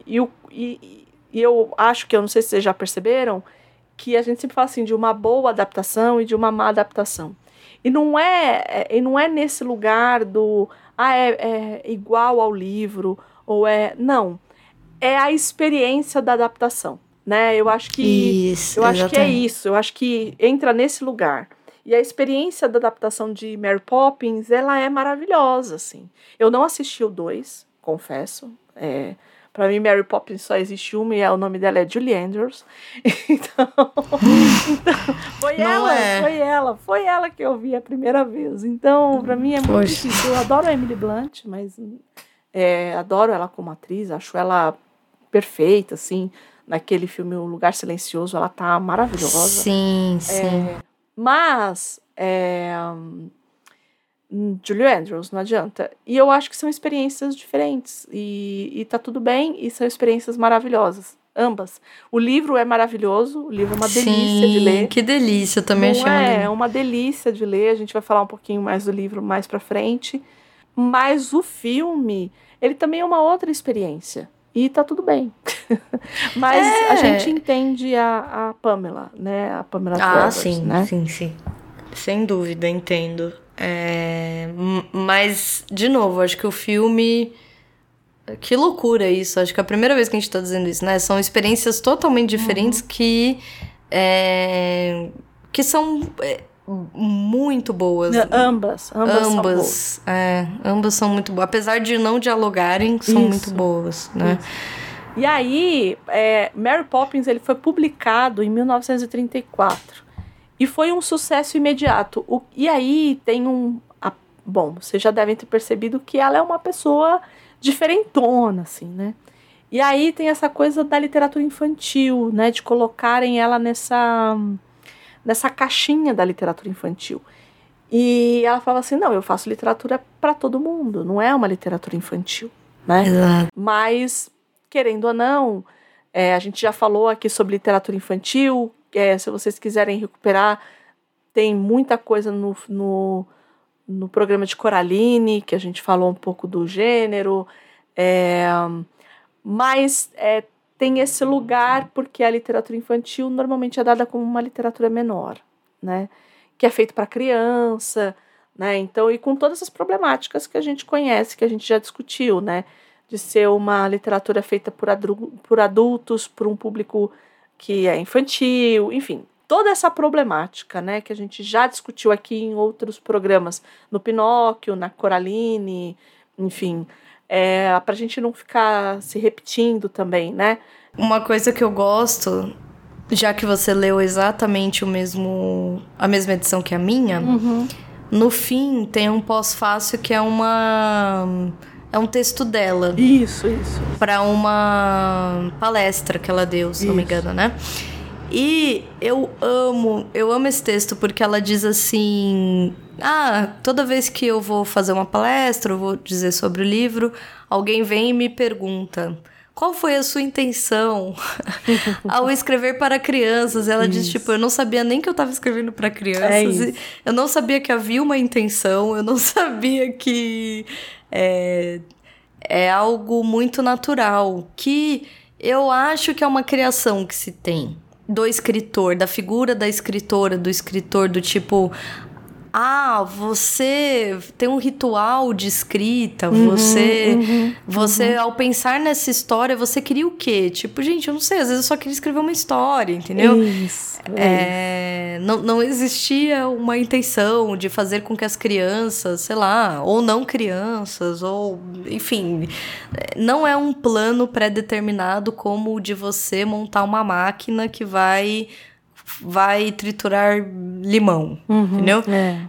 eu acho que, eu não sei se vocês já perceberam, que a gente sempre fala assim, de uma boa adaptação e de uma má adaptação. E não é nesse lugar do... é igual ao livro, ou não. É a experiência da adaptação, né? Eu acho que... acho que é isso. Eu acho que entra nesse lugar. E a experiência da adaptação de Mary Poppins, ela é maravilhosa, assim. Eu não assisti o 2, confesso. Pra mim, Mary Poppins só existe uma e o nome dela é Julie Andrews. Então foi ela que eu vi a primeira vez. Então, pra mim é muito difícil. Eu adoro a Emily Blunt, mas adoro ela como atriz, acho ela perfeita, assim. Naquele filme O Lugar Silencioso, ela tá maravilhosa. Sim. Mas Julie Andrews, não adianta. E eu acho que são experiências diferentes. E tá tudo bem, e são experiências maravilhosas. Ambas. O livro é maravilhoso, o livro é uma delícia de ler. Que delícia, eu também achei É uma delícia de ler, a gente vai falar um pouquinho mais do livro mais pra frente. Mas o filme, ele também é uma outra experiência. E tá tudo bem. Mas a gente entende a Pamela, né? A Pamela Travers, sim, né? sim. Sem dúvida, entendo. Mas, de novo, acho que o filme... Que loucura isso. Acho que é a primeira vez que a gente tá dizendo isso, né? São experiências totalmente diferentes que são muito boas. Ambas são boas. Ambas são muito boas. Apesar de não dialogarem, são muito boas, né? Isso. E aí, Mary Poppins, ele foi publicado em 1934. E foi um sucesso imediato. E aí tem bom, vocês já devem ter percebido que ela é uma pessoa diferentona, assim, né? E aí tem essa coisa da literatura infantil, né? De colocarem ela nessa caixinha da literatura infantil. E ela falava assim, não, eu faço literatura para todo mundo, não é uma literatura infantil, né? Exato. Mas, querendo ou não, a gente já falou aqui sobre literatura infantil, se vocês quiserem recuperar, tem muita coisa no programa de Coraline, que a gente falou um pouco do gênero, mas tem esse lugar porque a literatura infantil normalmente é dada como uma literatura menor, né? Que é feito para criança, né? Então, e com todas as problemáticas que a gente conhece, que a gente já discutiu, né? De ser uma literatura feita por adultos, por um público que é infantil, enfim, toda essa problemática, né? Que a gente já discutiu aqui em outros programas, no Pinóquio, na Coraline, enfim, pra gente não ficar se repetindo também, né? Uma coisa que eu gosto, já que você leu exatamente a mesma edição que a minha, no fim tem um pós-fácil que é um texto dela. Isso. Para uma palestra que ela deu, se não me engano, né? E eu amo esse texto porque ela diz assim... toda vez que eu vou fazer uma palestra, eu vou dizer sobre o livro, alguém vem e me pergunta... Qual foi a sua intenção ao escrever para crianças? Ela diz, eu não sabia nem que eu estava escrevendo para crianças. Eu não sabia que havia uma intenção. Eu não sabia que é algo muito natural, que eu acho que é uma criação que se tem do escritor, da figura da escritora, do escritor, do tipo... você tem um ritual de escrita, você ao pensar nessa história, você queria o quê? Tipo, gente, eu não sei, às vezes eu só queria escrever uma história, entendeu? Isso. Não existia uma intenção de fazer com que as crianças, sei lá, ou não crianças, ou enfim, não é um plano pré-determinado como o de você montar uma máquina que vai triturar limão, entendeu?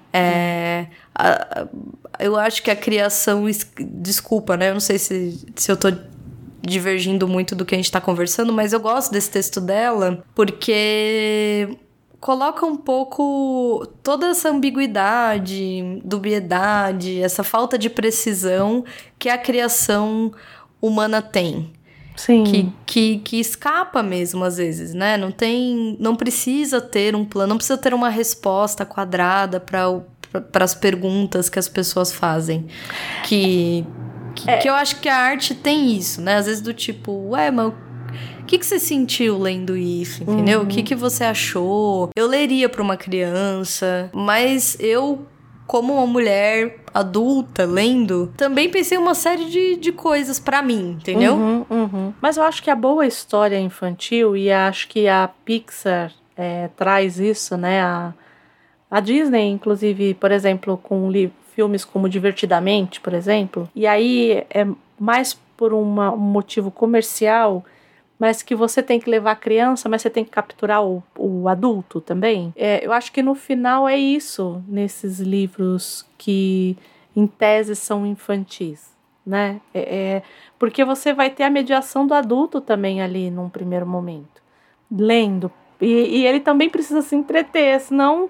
Eu acho que a criação... Desculpa, né? Eu não sei se eu tô divergindo muito do que a gente tá conversando, mas eu gosto desse texto dela porque coloca um pouco toda essa ambiguidade, dubiedade, essa falta de precisão que a criação humana tem. Sim. Que escapa mesmo, às vezes, né? Não precisa ter um plano, não precisa ter uma resposta quadrada para as perguntas que as pessoas fazem. Que eu acho que a arte tem isso, né? Às vezes do tipo, mas o que você sentiu lendo isso, entendeu? O que você achou? Eu leria para uma criança, mas eu... como uma mulher adulta lendo, também pensei uma série de coisas pra mim, entendeu? Mas eu acho que a boa história infantil, e acho que a Pixar traz isso, né? A Disney, inclusive, por exemplo, com filmes como Divertidamente, por exemplo, e aí é mais por um motivo comercial, mas que você tem que levar a criança, mas você tem que capturar o adulto também. Eu acho que no final é isso, nesses livros que, em tese, são infantis, né? Porque você vai ter a mediação do adulto também ali, num primeiro momento, lendo. E ele também precisa se entreter, senão...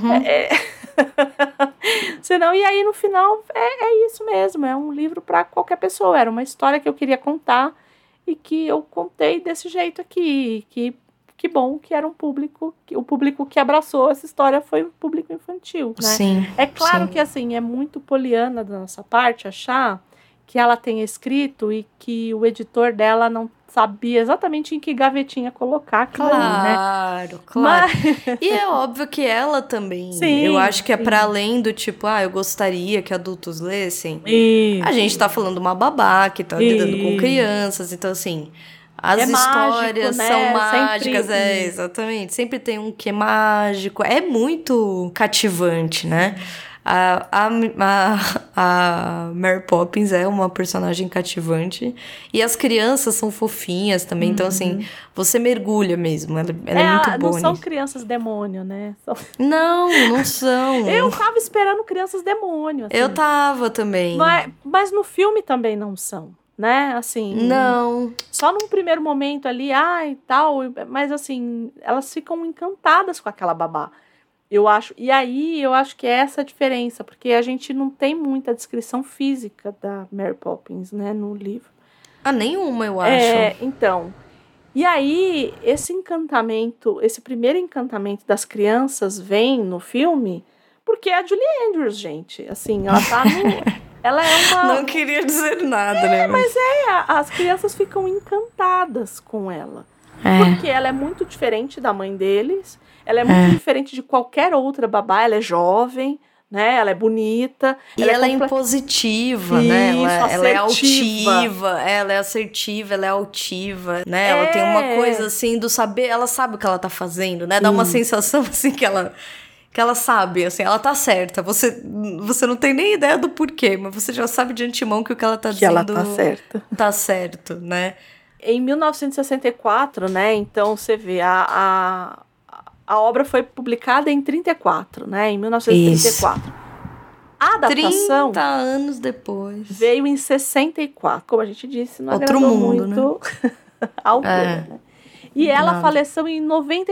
senão, e aí, no final, é isso mesmo, é um livro para qualquer pessoa. Era uma história que eu queria contar, e que eu contei desse jeito aqui, que bom que era o público que abraçou essa história foi o público infantil, né? Sim, é claro que, assim, é muito poliana da nossa parte achar que ela tenha escrito e que o editor dela não sabia exatamente em que gavetinha colocar aquilo ali, né? Claro. Mas... E é óbvio que ela também, sim, eu acho que é sim. para além do tipo, eu gostaria que adultos lessem. Isso. A gente tá falando de uma babá que tá lidando com crianças, então assim, as histórias mágico, né? são mágicas, Sempre... exatamente. Sempre tem um quê mágico, é muito cativante, né? A Mary Poppins é uma personagem cativante. E as crianças são fofinhas também. Então, assim, você mergulha mesmo. Ela é muito boa. Não são crianças demônio, né? Não são. Eu tava esperando crianças demônio. Assim. Eu tava também. Mas no filme também não são, né? Assim... Não. Só num primeiro momento ali, e tal. Mas, assim, elas ficam encantadas com aquela babá. Eu acho, e aí eu acho que é essa a diferença, porque a gente não tem muita descrição física da Mary Poppins, né, no livro. Nenhuma, eu acho. Então, e aí esse encantamento, esse primeiro encantamento das crianças vem no filme, porque é a Julie Andrews, gente, assim, ela tá ela é uma... Não queria dizer nada, né? Mas as crianças ficam encantadas com ela, porque ela é muito diferente da mãe deles. Ela é muito diferente de qualquer outra babá. Ela é jovem, né? Ela é bonita. E ela é impositiva, né? Ela é altiva. Ela é assertiva, ela é altiva, né? Ela tem uma coisa, assim, do saber... Ela sabe o que ela tá fazendo, né? Dá uma sensação, assim, que ela sabe, assim, ela tá certa. Você não tem nem ideia do porquê, mas você já sabe de antemão que o que ela tá dizendo... Que ela tá certa. Tá certo, né? Em 1964, né? Então, você vê, a obra foi publicada em 34, né? Em 1934. Isso. A adaptação... 30 anos depois. Veio em 64. Como a gente disse, não Outro agradou mundo, muito a autora, né? E ela faleceu em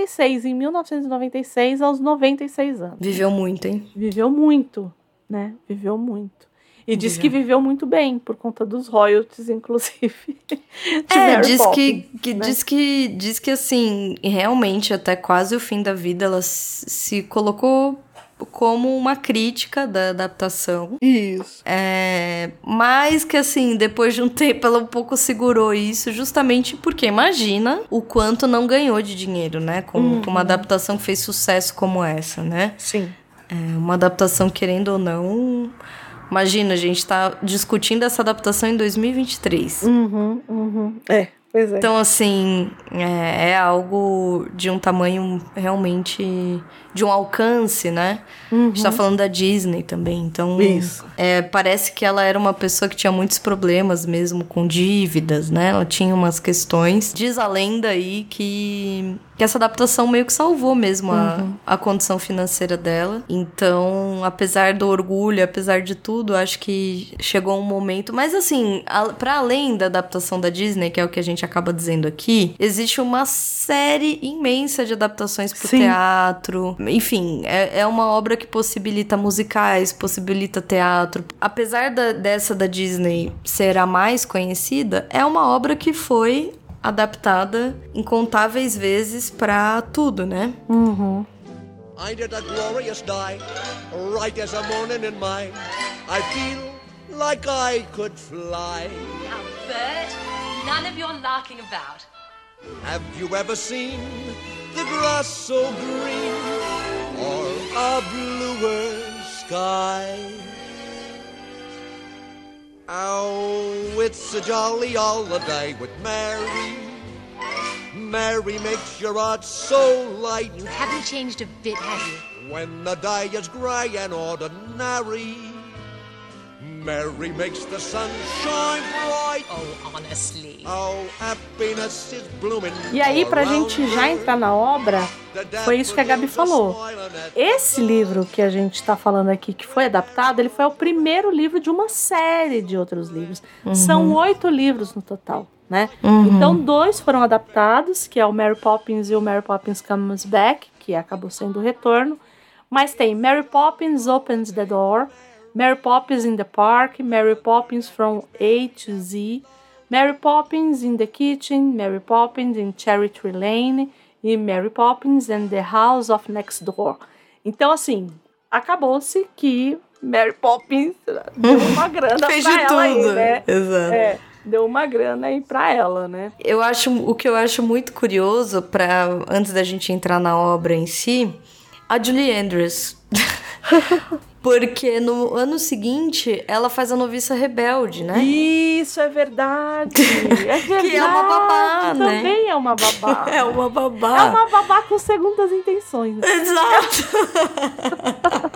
1996, aos 96 anos. Viveu muito, hein? Viveu muito, né? Viveu muito. E diz que viveu muito bem, por conta dos royalties, inclusive. Diz Poppins, que, né? diz que, assim, realmente, até quase o fim da vida, ela se colocou como uma crítica da adaptação. Isso. Mas que, assim, depois de um tempo ela um pouco segurou isso, justamente porque imagina o quanto não ganhou de dinheiro, né? Com uma adaptação que fez sucesso como essa, né? Sim. Uma adaptação, querendo ou não... Imagina, a gente tá discutindo essa adaptação em 2023. Pois é. Então, assim, é algo de um tamanho realmente... de um alcance, né? A gente tá falando da Disney também, então... Isso. Parece que ela era uma pessoa que tinha muitos problemas mesmo com dívidas, né? Ela tinha umas questões. Diz a lenda aí que essa adaptação meio que salvou mesmo a condição financeira dela. Então, apesar do orgulho, apesar de tudo, acho que chegou um momento... Mas, assim, para além da adaptação da Disney, que é o que a gente acaba dizendo aqui, existe uma série imensa de adaptações pro teatro. Enfim, é uma obra que possibilita musicais, possibilita teatro. Apesar dessa da Disney ser a mais conhecida, é uma obra que foi adaptada incontáveis vezes pra tudo, né? I did a glorious die, right as a morning in mine. I feel like I could fly. Now, Bert, none of your larking about. Have you ever seen the grass so green, or a bluer sky? Oh, it's a jolly holiday with Mary. Mary makes your heart so light. You haven't changed a bit, have you? When the day is grey and ordinary, Mary makes the sun shine bright. Oh, honestly. Oh, happiness is blooming. E aí, pra gente já entrar na obra, foi isso que a Gabi falou. Esse livro que a gente tá falando aqui, que foi adaptado, ele foi o primeiro livro de uma série de outros livros. São 8 livros no total, né? Então, 2 foram adaptados, que é o Mary Poppins e o Mary Poppins Comes Back, que acabou sendo o retorno. Mas tem Mary Poppins Opens the Door, Mary Poppins in the Park, Mary Poppins from A to Z, Mary Poppins in the Kitchen, Mary Poppins in Cherry Tree Lane e Mary Poppins and the House of Next Door. Então, assim, acabou-se que Mary Poppins deu uma grana Fez pra de ela tudo. aí, né? Exato. Deu uma grana aí pra ela, né? O que eu acho muito curioso, antes da gente entrar na obra em si, a Julie Andrews. Porque no ano seguinte, ela faz a Noviça Rebelde, né? Isso, é verdade. É verdade. Que é uma babá, né? Também é uma babá. É uma babá. É uma babá com segundas intenções. Exato.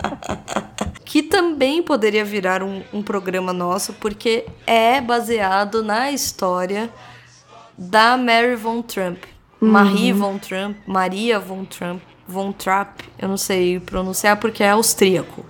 Que também poderia virar um programa nosso, porque é baseado na história da Mary Von Trump. Marie Von Trump, Maria Von Trump, Von Trapp, eu não sei pronunciar porque é austríaco.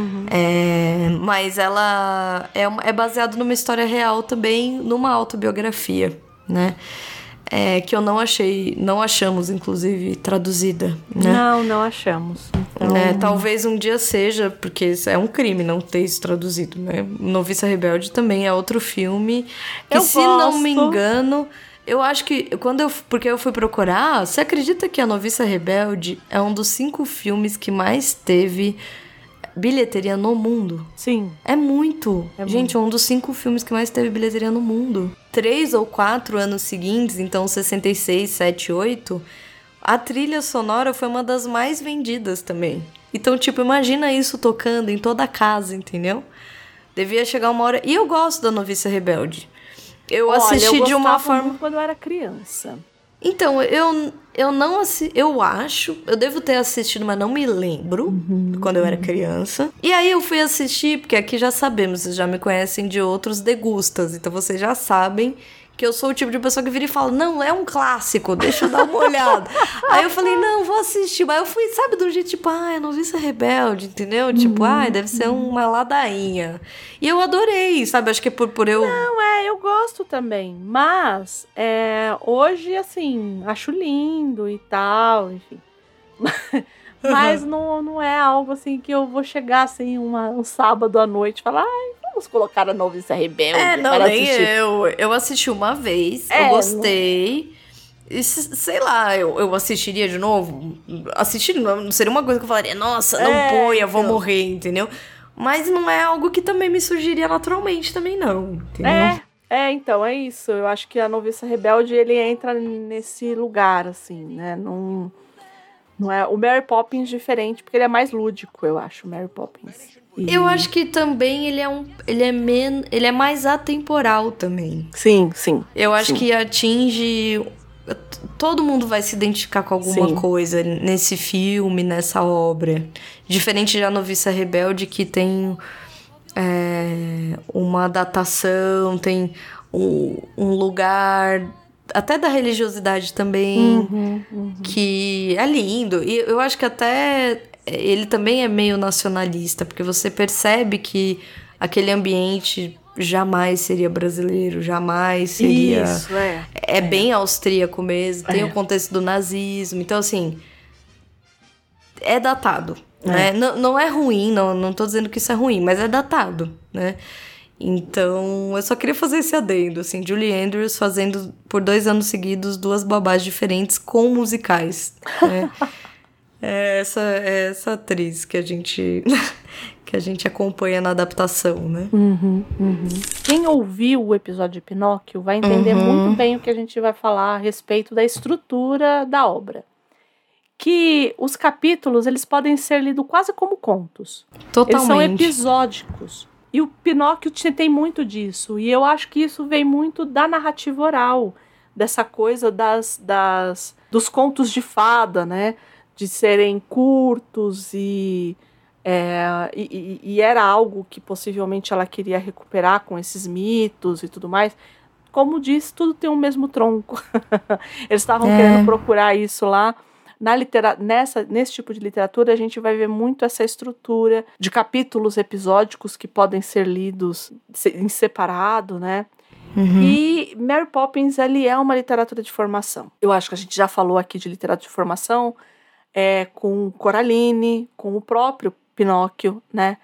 Mas ela é baseado numa história real também, numa autobiografia, né? Que eu não achamos, inclusive, traduzida, né? Não achamos. Então... talvez um dia seja, porque isso é um crime não ter isso traduzido, né? Noviça Rebelde também é outro filme que, não me engano... Eu acho que, porque eu fui procurar, você acredita que A Noviça Rebelde é um dos 5 filmes que mais teve bilheteria no mundo? Sim. É muito. Gente, é um dos 5 filmes que mais teve bilheteria no mundo. 3 ou 4 anos seguintes, então 66, 7, 8, a trilha sonora foi uma das mais vendidas também. Então, imagina isso tocando em toda a casa, entendeu? Devia chegar uma hora... E eu gosto da Noviça Rebelde. Eu assisti de uma forma... quando eu era criança. Então, eu não assisti... Eu devo ter assistido, mas não me lembro quando eu era criança. E aí eu fui assistir, porque aqui já sabemos, vocês já me conhecem de outros degustas, então vocês já sabem que eu sou o tipo de pessoa que vira e fala, não, é um clássico, deixa eu dar uma olhada. Aí eu falei, não, vou assistir. Mas eu fui, sabe, do jeito, é Noviça Rebelde, entendeu? Deve ser uma ladainha. E eu adorei, sabe, acho que por eu... Não, eu gosto também, mas hoje, assim, acho lindo e tal, enfim. Mas não é algo, assim, que eu vou chegar, assim, um sábado à noite e falar, vamos colocar a Noviça Rebelde não, para nem assistir. eu assisti uma vez, eu gostei. Sei lá, eu assistiria de novo? Assistir não seria uma coisa que eu falaria, nossa, não ponha, vou morrer, entendeu? Mas não é algo que também me surgiria naturalmente também, não, entendeu? Então, é isso. Eu acho que a Noviça Rebelde, ele entra nesse lugar, assim, né? Não é o Mary Poppins diferente, porque ele é mais lúdico, eu acho, o Mary Poppins. Eu acho que também ele é mais atemporal também. Sim. Eu acho que atinge... Todo mundo vai se identificar com alguma coisa nesse filme, nessa obra. Diferente da Noviça Rebelde, que tem uma datação, tem um lugar... Até da religiosidade também, que é lindo. E eu acho que até ele também é meio nacionalista, porque você percebe que aquele ambiente jamais seria brasileiro, jamais seria... Isso, é bem austríaco mesmo, tem o contexto do nazismo. Então, assim, é datado, né? Não é ruim, não tô dizendo que isso é ruim, mas é datado, né? Então, eu só queria fazer esse adendo, assim, Julie Andrews fazendo por 2 anos seguidos 2 babás diferentes com musicais, né? É essa atriz que a gente acompanha na adaptação, né? Quem ouviu o episódio de Pinóquio vai entender muito bem o que a gente vai falar a respeito da estrutura da obra. Que os capítulos, eles podem ser lidos quase como contos. Totalmente. Eles são episódicos. E o Pinóquio tem muito disso. E eu acho que isso vem muito da narrativa oral. Dessa coisa dos contos de fada, né? De serem curtos e era algo que possivelmente ela queria recuperar com esses mitos e tudo mais. Como disse, tudo tem o mesmo tronco. Eles estavam querendo procurar isso lá. Nesse tipo de literatura, a gente vai ver muito essa estrutura de capítulos episódicos que podem ser lidos em separado, né? E Mary Poppins, ele é uma literatura de formação. Eu acho que a gente já falou aqui de literatura de formação com Coraline, com o próprio Pinóquio, né?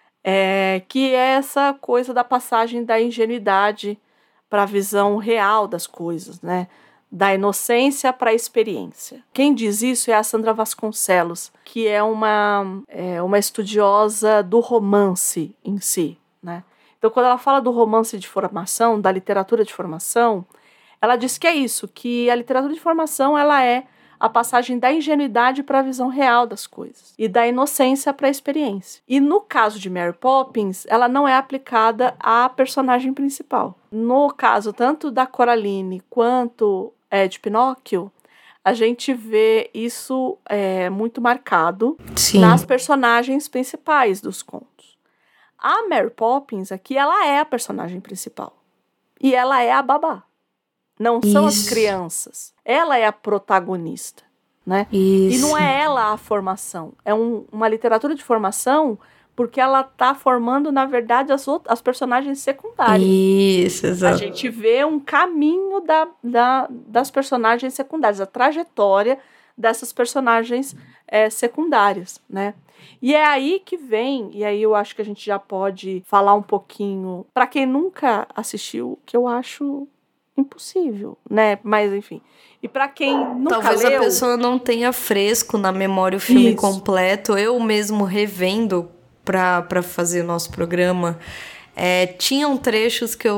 Que é essa coisa da passagem da ingenuidade para a visão real das coisas, né? Da inocência para a experiência. Quem diz isso é a Sandra Vasconcelos, que é uma estudiosa do romance em si, né? Então, quando ela fala do romance de formação, da literatura de formação, ela diz que é isso, que a literatura de formação ela é a passagem da ingenuidade para a visão real das coisas e da inocência para a experiência. E no caso de Mary Poppins, ela não é aplicada à personagem principal. No caso tanto da Coraline quanto de Pinóquio, a gente vê isso muito marcado nas personagens principais dos contos. A Mary Poppins aqui, ela é a personagem principal. E ela é a babá. Não são as crianças. Ela é a protagonista, né? Isso. E não é ela a formação. É uma literatura de formação porque ela está formando, na verdade, as personagens secundárias. Isso, exato. A gente vê um caminho das personagens secundárias, a trajetória dessas personagens secundárias, né? E é aí que vem, e aí eu acho que a gente já pode falar um pouquinho, para quem nunca assistiu, que eu acho impossível, né? Mas, enfim. E para quem nunca Talvez leu... a pessoa não tenha fresco na memória o filme completo. Eu mesmo revendo para fazer o nosso programa, tinham trechos que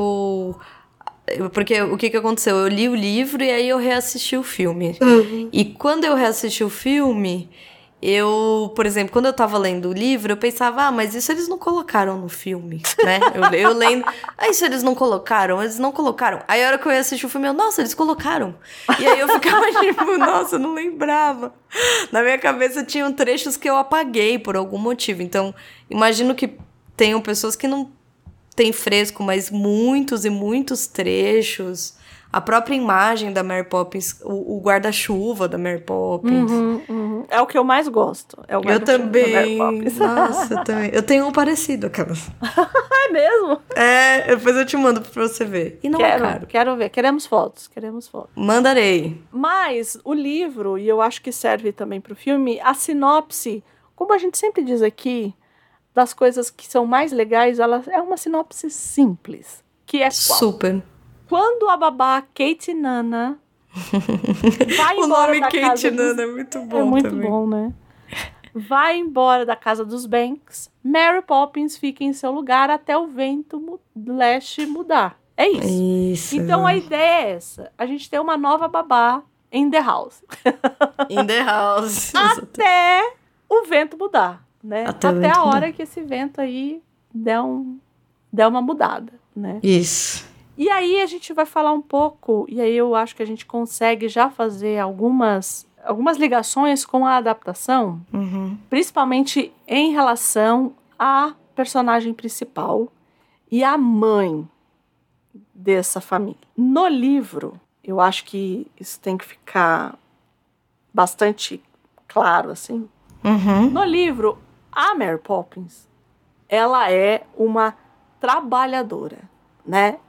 porque o que aconteceu? Eu li o livro e aí eu reassisti o filme. E quando eu reassisti o filme, por exemplo, quando eu tava lendo o livro, eu pensava, mas isso eles não colocaram no filme, né? Eu lendo, isso eles não colocaram? Eles não colocaram. Aí a hora que eu ia assistir o filme, nossa, eles colocaram. E aí eu ficava tipo, nossa, eu não lembrava. Na minha cabeça tinham trechos que eu apaguei por algum motivo. Então, imagino que tenham pessoas que não têm fresco, mas muitos e muitos trechos. A própria imagem da Mary Poppins, o guarda-chuva da Mary Poppins. É o que eu mais gosto. É o eu também. Da Mary Poppins. Nossa, eu também. Eu tenho um parecido, aquelas. É mesmo? Depois eu te mando pra você ver. E não é caro. Quero ver. Queremos fotos. Mandarei. Mas o livro, e eu acho que serve também pro filme, a sinopse, como a gente sempre diz aqui, das coisas que são mais legais, ela é uma sinopse simples. Que é qual? Super. Quando a babá Kate Nana Vai O embora nome da Kate casa Nana é muito bom. É muito também. bom, né? Vai embora da casa dos Banks. Mary Poppins fica em seu lugar até o vento leste mudar. É isso. Isso. Então a ideia é essa. A gente tem uma nova babá in the house. In the house. Até o vento mudar, né? Até o Até vento a hora mudar. que esse vento aí der uma mudada, né? Isso. E aí a gente vai falar um pouco, e aí eu acho que a gente consegue já fazer algumas ligações com a adaptação, principalmente em relação à personagem principal e à mãe dessa família. No livro, eu acho que isso tem que ficar bastante claro, assim. No livro, a Mary Poppins, ela é uma trabalhadora, né?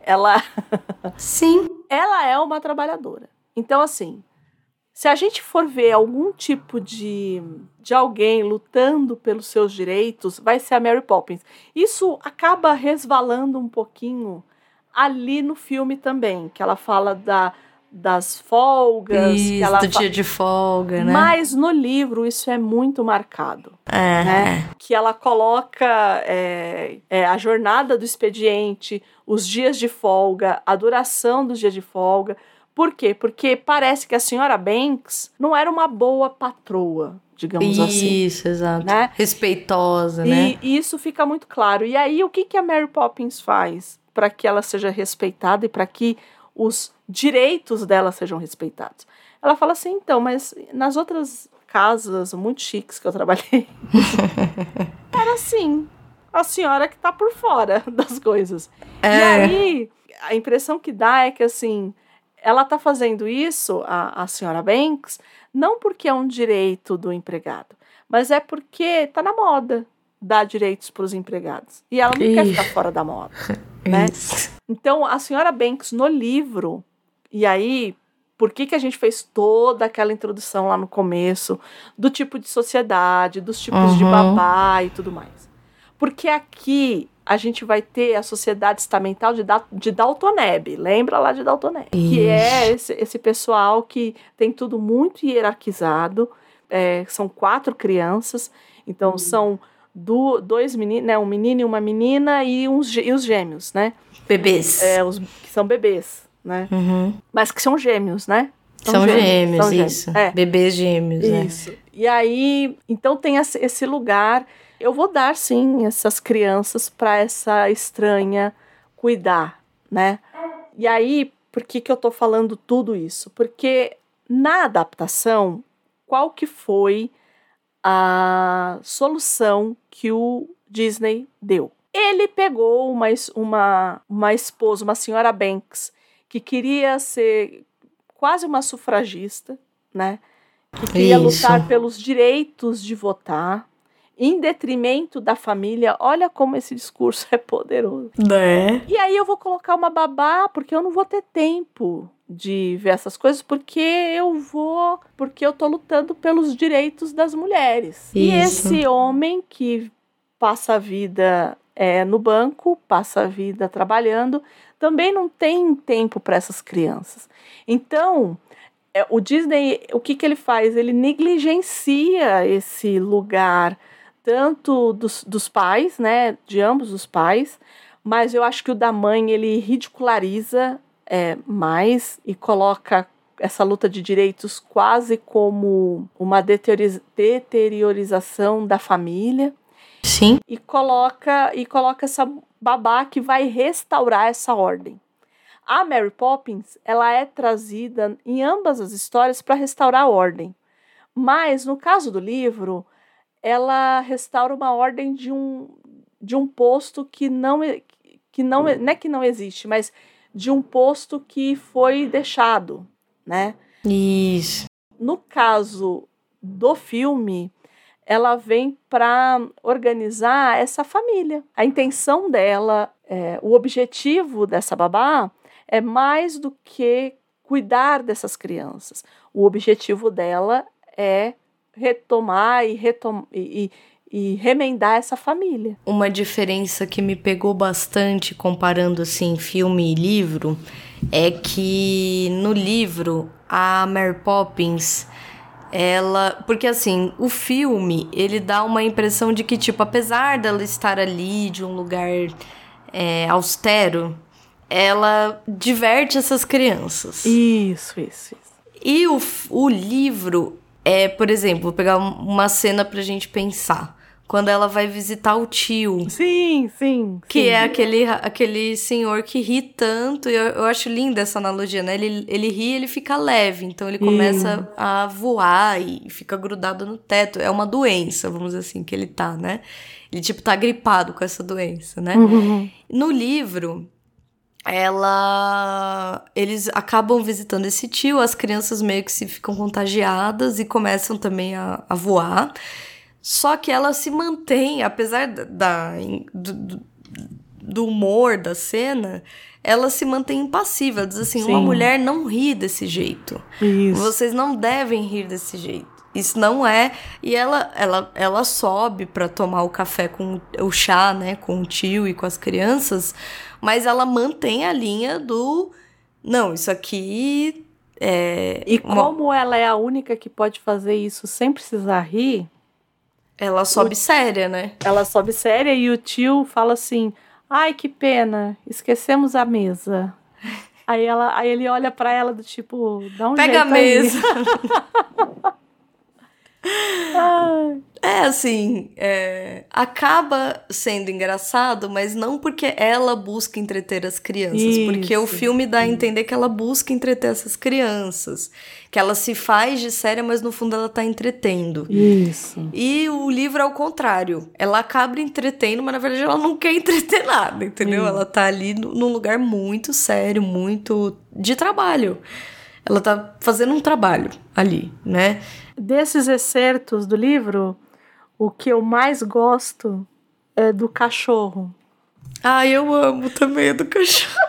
Sim. Ela é uma trabalhadora. Então, assim, se a gente for ver algum tipo de alguém lutando pelos seus direitos, vai ser a Mary Poppins. Isso acaba resvalando um pouquinho ali no filme também, que ela fala das folgas. Isso, que ela do dia de folga, né? Mas no livro isso é muito marcado. Né? Que ela coloca a jornada do expediente, os dias de folga, a duração dos dias de folga. Por quê? Porque parece que a senhora Banks não era uma boa patroa, digamos assim. Isso, exato. Né? Respeitosa, né? E isso fica muito claro. E aí, o que a Mary Poppins faz para que ela seja respeitada e para que os direitos dela sejam respeitados? Ela fala assim, então, mas nas outras casas muito chiques que eu trabalhei, era assim, a senhora que tá por fora das coisas. E aí, a impressão que dá é que, assim, ela tá fazendo isso, a senhora Banks, não porque é um direito do empregado, mas é porque tá na moda dar direitos para os empregados. E ela não quer ficar fora da moda, né? Então, a senhora Banks, no livro, e aí, por que a gente fez toda aquela introdução lá no começo, do tipo de sociedade, dos tipos de babá e tudo mais? Porque aqui a gente vai ter a sociedade estamental de Downton Abbey. Lembra lá de Downton Abbey? Que é esse pessoal que tem tudo muito hierarquizado. São 4 crianças. Então, são 2 meninos, né? Um menino e uma menina e os gêmeos, né? Bebês. Que são bebês, né? Mas que são gêmeos, né? São gêmeos, isso. Bebês gêmeos, isso. E aí, então tem esse lugar. Eu vou dar, sim, essas crianças para essa estranha cuidar, né? E aí, por que eu tô falando tudo isso? Porque na adaptação, qual que foi a solução que o Disney deu? Ele pegou uma esposa, uma senhora Banks, que queria ser quase uma sufragista, né? Que queria lutar pelos direitos de votar, em detrimento da família. Olha como esse discurso é poderoso. Né? E aí eu vou colocar uma babá, porque eu não vou ter tempo de ver essas coisas, porque eu tô lutando pelos direitos das mulheres. Isso. E esse homem que passa a vida no banco, passa a vida trabalhando, também não tem tempo para essas crianças. Então, o Disney, o que ele faz? Ele negligencia esse lugar, tanto dos pais, né, de ambos os pais, mas eu acho que o da mãe ele ridiculariza mais e coloca essa luta de direitos quase como uma deteriorização da família. Sim. E coloca essa babá que vai restaurar essa ordem. A Mary Poppins, ela é trazida em ambas as histórias para restaurar a ordem. Mas, no caso do livro, ela restaura uma ordem de um posto que não é que não existe, mas de um posto que foi deixado, né? Isso. No caso do filme, ela vem para organizar essa família. A intenção dela, o objetivo dessa babá é mais do que cuidar dessas crianças. O objetivo dela é retomar e remendar essa família. Uma diferença que me pegou bastante comparando assim filme e livro é que no livro a Mary Poppins, ela... Porque, assim, o filme, ele dá uma impressão de que, tipo, apesar dela estar ali de um lugar austero, ela diverte essas crianças. Isso. E o livro por exemplo, vou pegar uma cena pra gente pensar. Quando ela vai visitar o tio. Sim. Que é aquele senhor que ri tanto. E eu acho linda essa analogia, né? Ele ri e ele fica leve. Então ele começa a voar e fica grudado no teto. É uma doença, vamos dizer assim, que ele tá, né? Ele, tipo, tá gripado com essa doença, né? Uhum. No livro, eles acabam visitando esse tio. As crianças meio que se ficam contagiadas e começam também a voar. Só que ela se mantém, apesar do humor da cena, ela se mantém impassível. Ela diz assim, uma mulher não ri desse jeito. Isso. Vocês não devem rir desse jeito. Isso não é... E ela sobe pra tomar o café com o chá, né? Com o tio e com as crianças. Mas ela mantém a linha do... Não, isso aqui é... E como ela é a única que pode fazer isso sem precisar rir... Ela sobe séria, né? Ela sobe séria e o tio fala assim, ai, que pena, esquecemos a mesa. Aí ele olha pra ela do tipo, dá um jeito Pega a mesa. Assim, acaba sendo engraçado, mas não porque ela busca entreter as crianças. Isso, porque o filme dá a entender que ela busca entreter essas crianças. Que ela se faz de séria, mas no fundo ela tá entretendo. Isso. E o livro é o contrário. Ela acaba entretendo, mas na verdade ela não quer entreter nada, entendeu? Ela tá ali num lugar muito sério, muito de trabalho. Ela tá fazendo um trabalho ali, né? Desses excertos do livro, o que eu mais gosto é do cachorro. Ah, eu amo também do cachorro.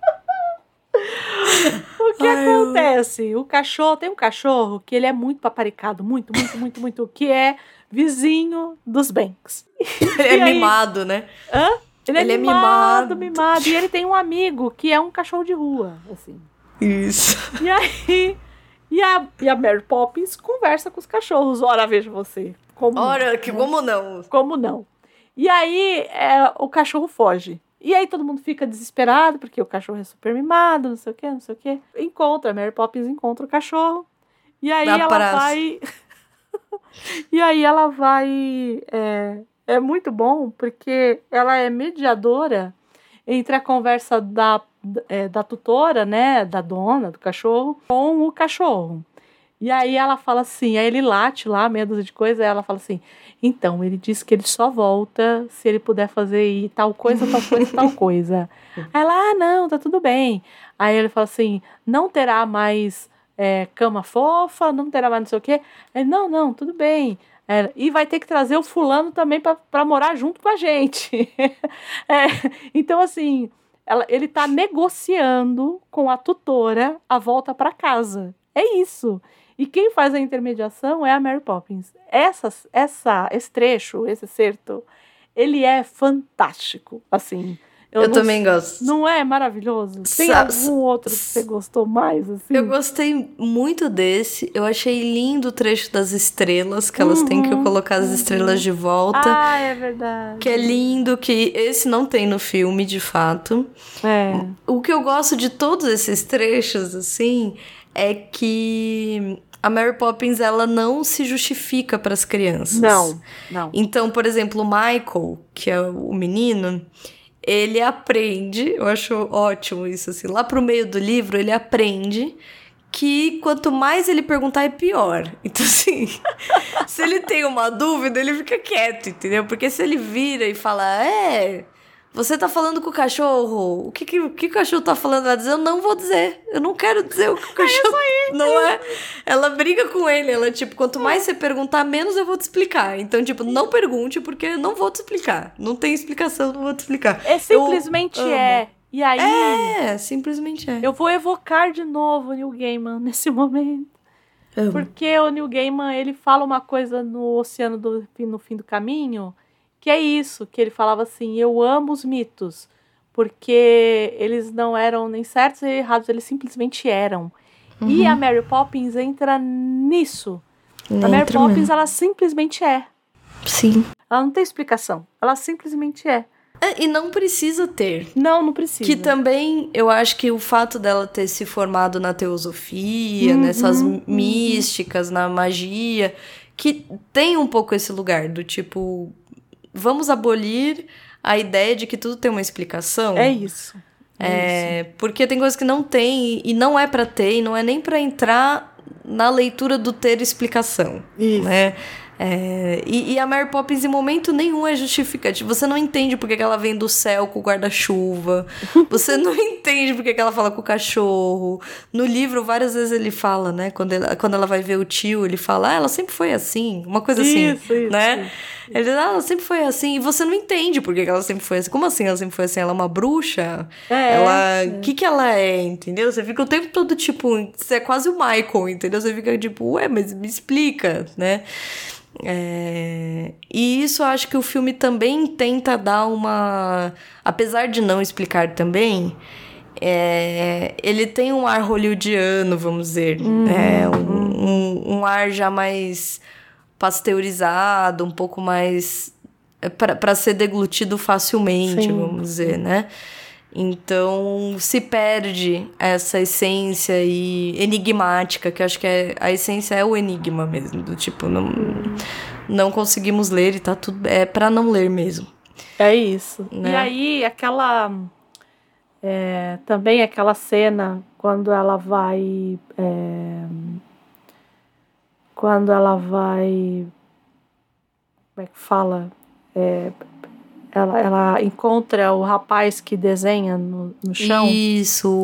O que acontece? O cachorro, tem um cachorro que ele é muito paparicado, muito, que é vizinho dos Banks. Ele é mimado, né? Hã? Ele é mimado. mimado. E ele tem um amigo que é um cachorro de rua, assim. Isso. E aí... E a Mary Poppins conversa com os cachorros. Ora, veja você. Como não? E aí, o cachorro foge. E aí todo mundo fica desesperado, porque o cachorro é super mimado, não sei o quê. A Mary Poppins encontra o cachorro. E aí vai... E aí ela vai... É muito bom, porque ela é mediadora entre a conversa da tutora, né, da dona do cachorro, com o cachorro. E aí ela fala assim, aí ele late lá, meia dúzia de coisa, aí ela fala assim, então, ele disse que ele só volta se ele puder fazer tal coisa. Aí ela, não, tá tudo bem. Aí ele fala assim, não terá mais cama fofa, não terá mais não sei o quê. Aí, não, tudo bem. E vai ter que trazer o fulano também para morar junto com a gente. Então, assim... Ele está negociando com a tutora a volta para casa. É isso. E quem faz a intermediação é a Mary Poppins. Esse trecho, esse excerto, ele é fantástico. Assim, eu também gosto. Não é maravilhoso? Tem algum outro que você gostou mais? Assim? Eu gostei muito desse. Eu achei lindo o trecho das estrelas, que elas têm que colocar as estrelas de volta. Ah, é verdade. Que é lindo, que esse não tem no filme, de fato. O que eu gosto de todos esses trechos, assim, é que a Mary Poppins, ela não se justifica para as crianças. Não. Então, por exemplo, o Michael, que é o menino... Ele aprende, eu acho ótimo isso, assim, lá pro meio do livro, ele aprende que quanto mais ele perguntar é pior. Então, assim, se ele tem uma dúvida, ele fica quieto, entendeu? Porque se ele vira e fala, você tá falando com o cachorro, o que o cachorro tá falando? Ela diz, eu não vou dizer, eu não quero dizer o que o cachorro... Não é? Ela briga com ele, ela, tipo, quanto mais você perguntar, menos eu vou te explicar. Então, tipo, não pergunte, porque eu não vou te explicar. Não tem explicação, não vou te explicar. Simplesmente E aí... simplesmente Eu vou evocar de novo o Neil Gaiman nesse momento. Porque o Neil Gaiman, ele fala uma coisa no Oceano no Fim do Caminho, que é isso, que ele falava assim, eu amo os mitos, porque eles não eram nem certos nem errados, eles simplesmente eram. E a Mary Poppins entra nisso. Nem A Mary entra Poppins, mesmo. ela simplesmente é. Sim. Ela não tem explicação. Ela simplesmente é. E não precisa ter. Não precisa. Que também, eu acho que o fato dela ter se formado na teosofia, nessas místicas, na magia, que tem um pouco esse lugar do tipo, vamos abolir a ideia de que tudo tem uma explicação. É isso. Porque tem coisas que não tem e não é pra ter, e não é nem pra entrar na leitura do ter explicação. Isso. Né? E a Mary Poppins em momento nenhum é justificativo. Você não entende porque que ela vem do céu com o guarda-chuva. Você não entende porque que ela fala com o cachorro. No livro, várias vezes ele fala, né? Quando ela vai ver o tio, ele fala, ela sempre foi assim. Uma coisa assim, Isso, né? Ele diz, ela sempre foi assim. E você não entende porque que ela sempre foi assim. Como assim ela sempre foi assim? Ela é uma bruxa? O que ela é, entendeu? Você fica o tempo todo, tipo, você é quase o Michael, entendeu? Você fica tipo, ué, mas me explica, né? E isso eu acho que o filme também tenta dar uma... Apesar de não explicar também, ele tem um ar hollywoodiano, vamos dizer. Um ar já mais pasteurizado, um pouco mais... para ser deglutido facilmente, vamos dizer, né? Então, se perde essa essência enigmática, que eu acho que a essência é o enigma mesmo, do tipo, não conseguimos ler e tá tudo... É pra não ler mesmo. É isso. Né? E aí, também aquela cena quando ela vai... Como é que fala? Ela encontra o rapaz que desenha no chão. Isso.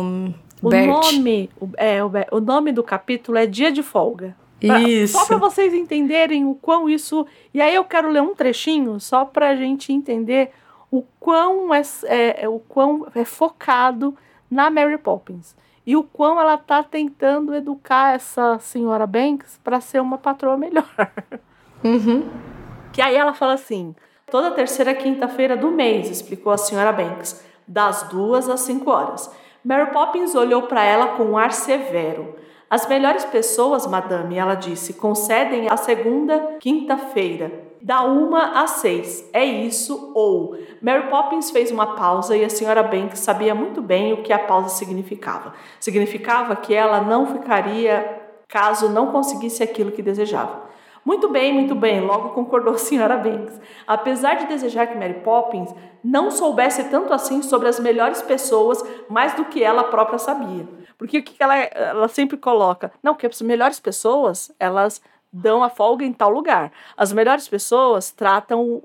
O nome do capítulo é Dia de Folga. Isso. Só para vocês entenderem o quão isso... E aí eu quero ler um trechinho só pra gente entender o quão é focado na Mary Poppins. E o quão ela tá tentando educar essa senhora Banks para ser uma patroa melhor. Que aí ela fala assim... Toda terceira quinta-feira do mês, explicou a senhora Banks, das 2 às 5 horas. Mary Poppins olhou para ela com um ar severo. As melhores pessoas, madame, ela disse, concedem a segunda quinta-feira, da 1 às 6. É isso, ou... Mary Poppins fez uma pausa e a senhora Banks sabia muito bem o que a pausa significava. Significava que ela não ficaria caso não conseguisse aquilo que desejava. Muito bem, logo concordou a senhora Banks. Apesar de desejar que Mary Poppins não soubesse tanto assim sobre as melhores pessoas, mais do que ela própria sabia. Porque o que ela sempre coloca? Não, que as melhores pessoas, elas dão a folga em tal lugar. As melhores pessoas tratam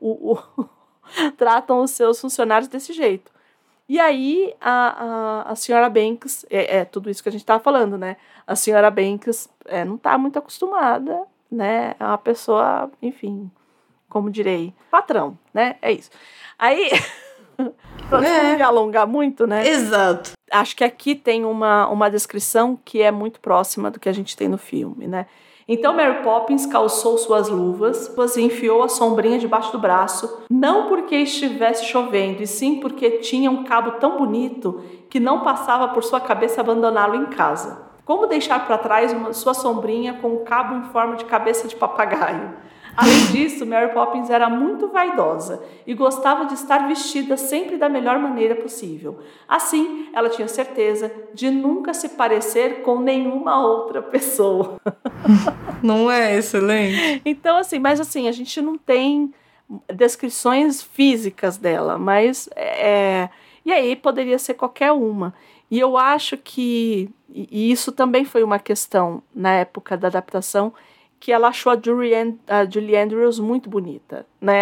tratam os seus funcionários desse jeito. E aí, a senhora Banks, tudo isso que a gente estava falando, né? A senhora Banks não está muito acostumada, né? É uma pessoa, enfim, como direi, patrão, né? É isso. Aí, pra não me alongar muito, né? Exato. Acho que aqui tem uma descrição que é muito próxima do que a gente tem no filme, né? Então Mary Poppins calçou suas luvas e enfiou a sombrinha debaixo do braço, não porque estivesse chovendo, e sim porque tinha um cabo tão bonito que não passava por sua cabeça abandoná-lo em casa. Como deixar para trás sua sombrinha com um cabo em forma de cabeça de papagaio? Além disso, Mary Poppins era muito vaidosa e gostava de estar vestida sempre da melhor maneira possível. Assim, ela tinha certeza de nunca se parecer com nenhuma outra pessoa. Não é excelente? Então, mas a gente não tem descrições físicas dela, mas e aí poderia ser qualquer uma. E eu acho que e isso também foi uma questão na época da adaptação, que ela achou a Julie Andrews muito bonita, né?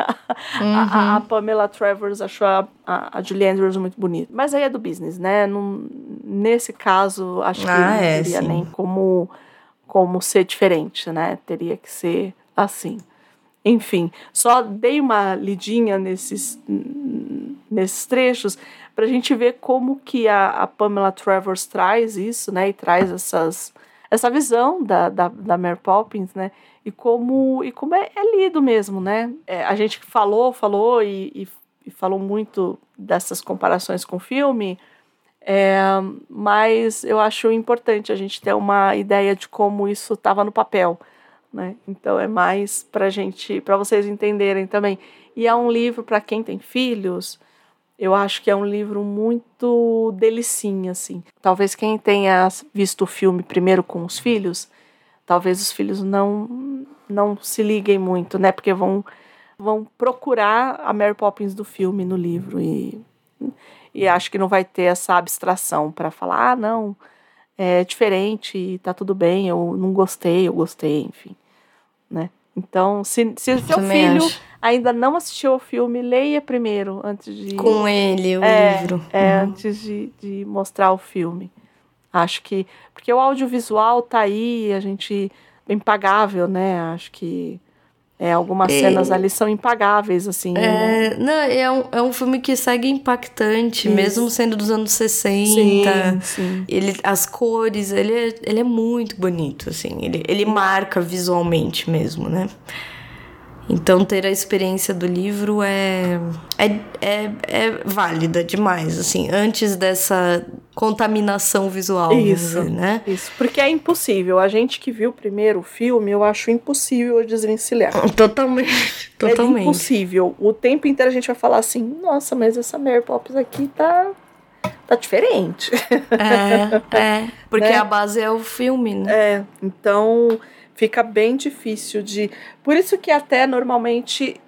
A Pamela Travers achou a Julie Andrews muito bonita. Mas aí é do business, né? Nesse caso, acho que não teria nem como ser diferente, né? Teria que ser assim. Enfim, só dei uma lidinha nesses trechos para a gente ver como que a Pamela Travers traz isso, né? E traz essa visão da Mary Poppins, né? E como é lido mesmo, né? A gente falou e falou muito dessas comparações com o filme, Mas eu acho importante a gente ter uma ideia de como isso estava no papel, né? Então é mais para vocês entenderem também. E é um livro para quem tem filhos. Eu acho que é um livro muito delicinha, assim. Talvez quem tenha visto o filme primeiro com os filhos, talvez os filhos não se liguem muito, né? Porque vão procurar a Mary Poppins do filme no livro e acho que não vai ter essa abstração para falar, não, é diferente e tá tudo bem, eu não gostei, eu gostei, enfim, né? Então, se o seu filho ainda não assistiu ao filme, leia primeiro, antes de... Com ele, o livro. Antes de mostrar o filme. Acho que... Porque o audiovisual tá aí, a gente... Impagável, né? Acho que... algumas cenas ali são impagáveis, assim. É um filme que segue impactante, mesmo sendo dos anos 60. Sim. As cores, ele é muito bonito, assim. Ele marca visualmente mesmo, né? Então, ter a experiência do livro é válida demais, assim, antes dessa contaminação visual, vamos dizer, né? Isso, porque é impossível. A gente que viu primeiro o filme, eu acho impossível desvencilhar. Totalmente. É impossível. O tempo inteiro a gente vai falar assim, nossa, mas essa Mary Poppins aqui tá diferente. Porque né? a base é o filme, né? Então... Fica bem difícil de... Por isso que até normalmente...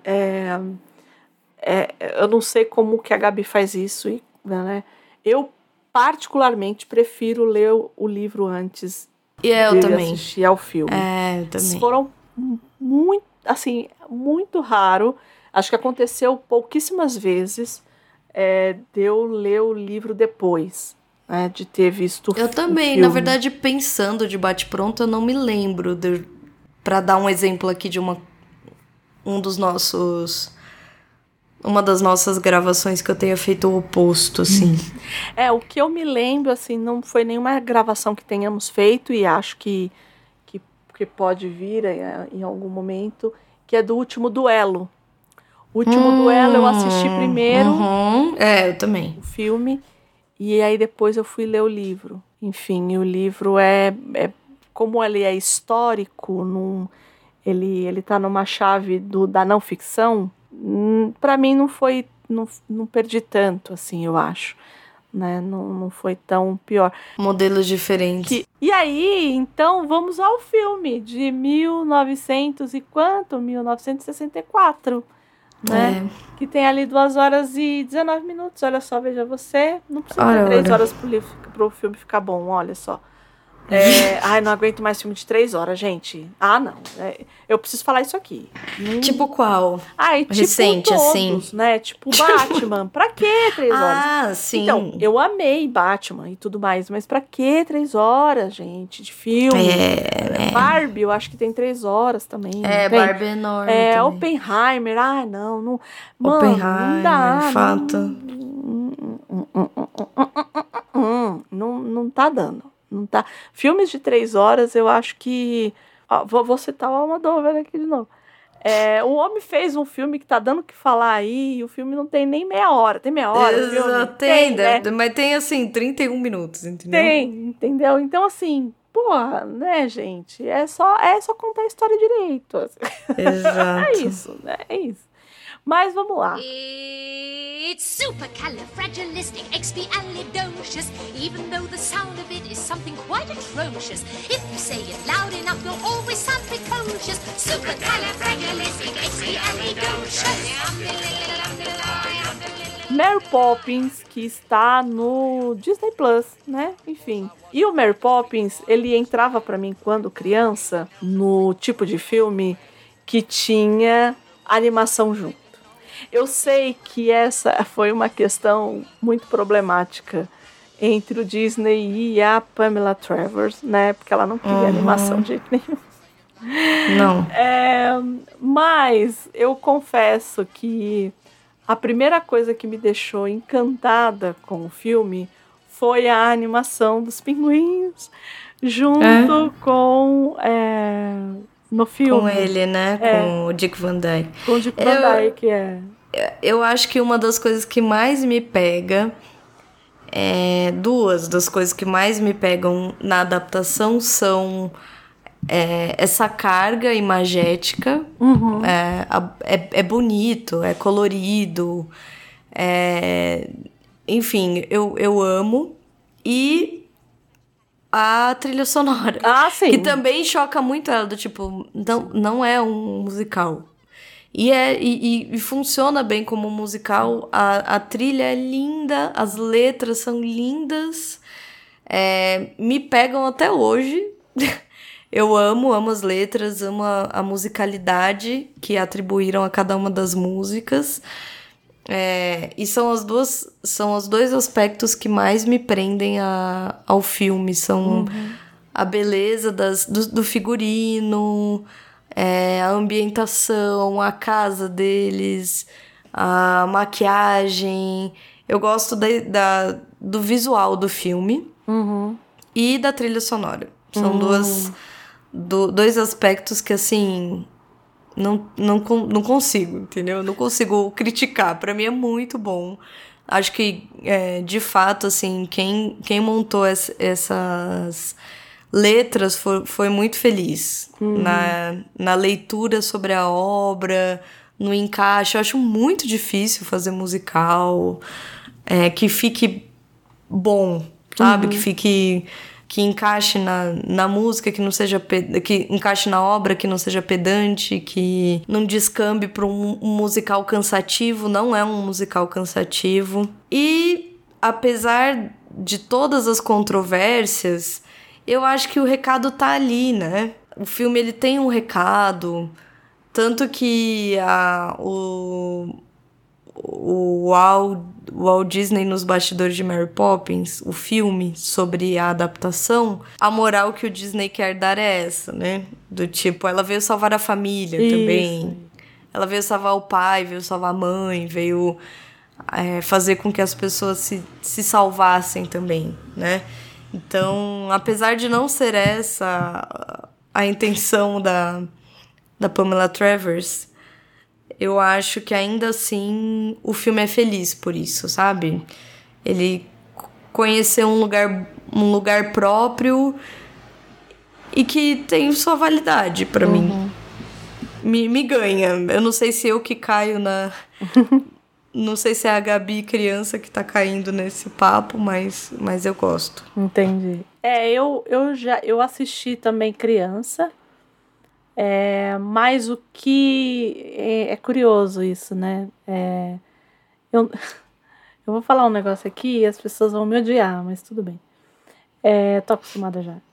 eu não sei como que a Gabi faz isso, né? Eu particularmente prefiro ler o livro antes de assistir ao filme. Eu também. Foram muito, assim, muito raro. Acho que aconteceu pouquíssimas vezes de eu ler o livro depois. De ter visto eu também, filme. Na verdade, pensando de bate-pronto, eu não me lembro pra dar um exemplo aqui de uma das nossas gravações que eu tenha feito o oposto, assim. O que eu me lembro, assim, não foi nenhuma gravação que tenhamos feito e acho que pode vir em algum momento, que é do Último Duelo. O Último Duelo eu assisti primeiro. Eu também. O filme. E aí depois eu fui ler o livro. Enfim, o livro como ele é histórico, ele tá numa chave da não ficção, para mim não perdi tanto, assim, eu acho. Né? Não foi tão pior. Modelos diferentes. E aí, então, vamos ao filme de 1964. Né? Que tem ali 2 horas e 19 minutos. Olha só, veja você. Não precisa ter 3 horas pro filme ficar bom, olha só. Não aguento mais filme de 3 horas, gente. Não. Eu preciso falar isso aqui. Tipo qual? Tipo recente, todos, assim. Né? Tipo Batman. Pra quê 3 horas? Sim. Então, eu amei Batman e tudo mais, mas pra quê 3 horas, gente, de filme? Barbie, eu acho que tem 3 horas também. Barbie é enorme também. Oppenheimer, não. Mano, Oppenheimer, não dá. fato. Não tá dando. Não tá. Filmes de 3 horas, eu acho que... vou citar o Almodóvar aqui de novo. O homem fez um filme que tá dando o que falar aí, e o filme não tem nem meia hora. Tem meia hora o filme? Tem, né? Mas tem, assim, 31 minutos, entendeu? Tem, entendeu? Então, assim, porra, né, gente? É só contar a história direito. Exato. É isso, né? É isso. Mas vamos lá. It's supercalifragilisticexpialidocious, even though the sound of it is something quite atrocious. If you say it loud enough, you'll always sound precocious. Supercalifragilisticexpialidocious. Mary Poppins, que está no Disney Plus, né? Enfim. E o Mary Poppins, ele entrava pra mim quando criança no tipo de filme que tinha animação junto. Eu sei que essa foi uma questão muito problemática entre o Disney e a Pamela Travers, né? Porque ela não queria animação de jeito nenhum. Não. Mas eu confesso que a primeira coisa que me deixou encantada com o filme foi a animação dos pinguins junto com... no filme. Com ele, né? Com o Dick Van Dyke. Com o Dick Van Dyke, Eu acho que uma das coisas que mais me pega Duas das coisas que mais me pegam na adaptação são essa carga imagética. É bonito, é colorido, enfim, eu amo. E a trilha sonora. Ah, sim. Que também choca muito ela, do tipo, não é um musical. E funciona bem como um musical. A trilha é linda, as letras são lindas, me pegam até hoje. Eu amo as letras, amo a musicalidade que atribuíram a cada uma das músicas. E são os dois aspectos que mais me prendem ao filme. São a beleza do figurino, a ambientação, a casa deles, a maquiagem. Eu gosto do visual do filme e da trilha sonora. São dois aspectos que, assim, não consigo, entendeu? Não consigo criticar. Pra mim é muito bom. Acho que, de fato, assim, quem montou essas letras foi muito feliz na leitura sobre a obra, no encaixe. Eu acho muito difícil fazer musical que fique bom, sabe? Que encaixe na música, que não seja que encaixe na obra, que não seja pedante, que não descambe para um musical cansativo. Não é um musical cansativo. E apesar de todas as controvérsias, eu acho que o recado tá ali, né? O filme, ele tem um recado, tanto que o Walt Disney nos bastidores de Mary Poppins, o filme sobre a adaptação, a moral que o Disney quer dar é essa, né? Do tipo, ela veio salvar a família também. Ela veio salvar o pai, veio salvar a mãe, veio fazer com que as pessoas se salvassem também, né? Então, apesar de não ser essa a intenção da Pamela Travers, eu acho que ainda assim o filme é feliz por isso, sabe? Ele conheceu um lugar próprio e que tem sua validade pra mim. Me ganha. Eu não sei se eu que caio Não sei se é a Gabi criança que tá caindo nesse papo, mas eu gosto. Entendi. Eu assisti também criança. Mas o que é curioso isso, né? Eu vou falar um negócio aqui e as pessoas vão me odiar, mas tudo bem. Tô acostumada já.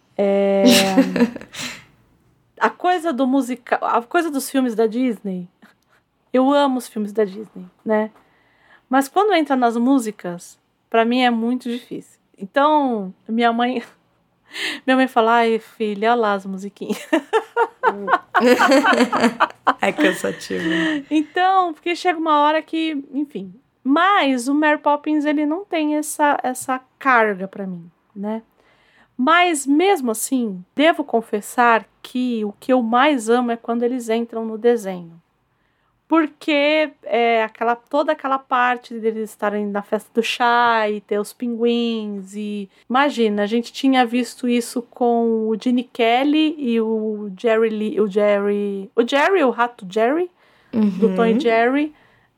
A coisa do musical, a coisa dos filmes da Disney, eu amo os filmes da Disney, né? Mas quando entra nas músicas, pra mim é muito difícil. Então, minha mãe fala, ai, filha, olha lá as musiquinhas. É cansativo. Então, porque chega uma hora que, enfim. Mas o Mary Poppins, ele não tem essa carga pra mim, né? Mas, mesmo assim, devo confessar que o que eu mais amo é quando eles entram no desenho. Porque toda aquela parte deles estarem na festa do chá e ter os pinguins. E imagina, a gente tinha visto isso com o Gene Kelly e o Jerry, o rato Jerry, do Tom e Jerry,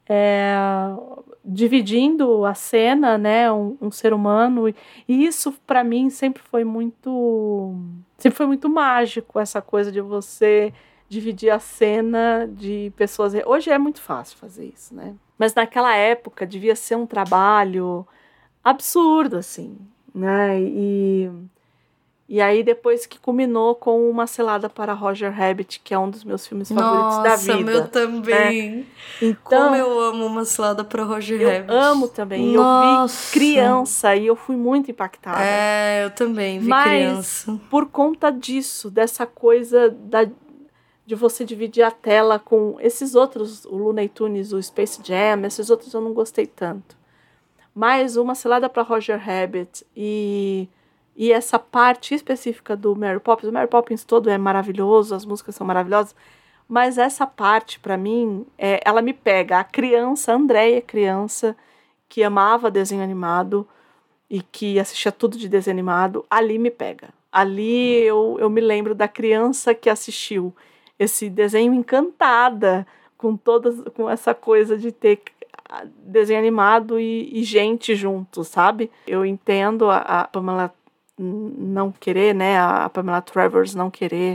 dividindo a cena, né, um ser humano. E isso, para mim, sempre foi muito mágico, essa coisa de você dividir a cena de pessoas. Hoje é muito fácil fazer isso, né? Mas naquela época devia ser um trabalho absurdo, assim, né? E aí depois que culminou com Uma Cilada para Roger Rabbit, que é um dos meus filmes favoritos da vida. Nossa, meu também. Né? Então, como eu amo Uma Cilada para Roger Rabbit. Eu amo também. Nossa. Eu vi criança e eu fui muito impactada. Eu também vi criança. Por conta disso, dessa coisa de você dividir a tela com esses outros, o Looney Tunes, o Space Jam, esses outros eu não gostei tanto. Mas Uma Cilada para Roger Rabbit e essa parte específica do Mary Poppins, o Mary Poppins todo é maravilhoso, as músicas são maravilhosas, mas essa parte, para mim, ela me pega. A criança, a Andréia, criança, que amava desenho animado, e que assistia tudo de desenho animado, ali me pega. Ali eu me lembro da criança que assistiu esse desenho encantada com essa coisa de ter desenho animado e gente junto, sabe? Eu entendo a Pamela não querer, né? A Pamela Travers não querer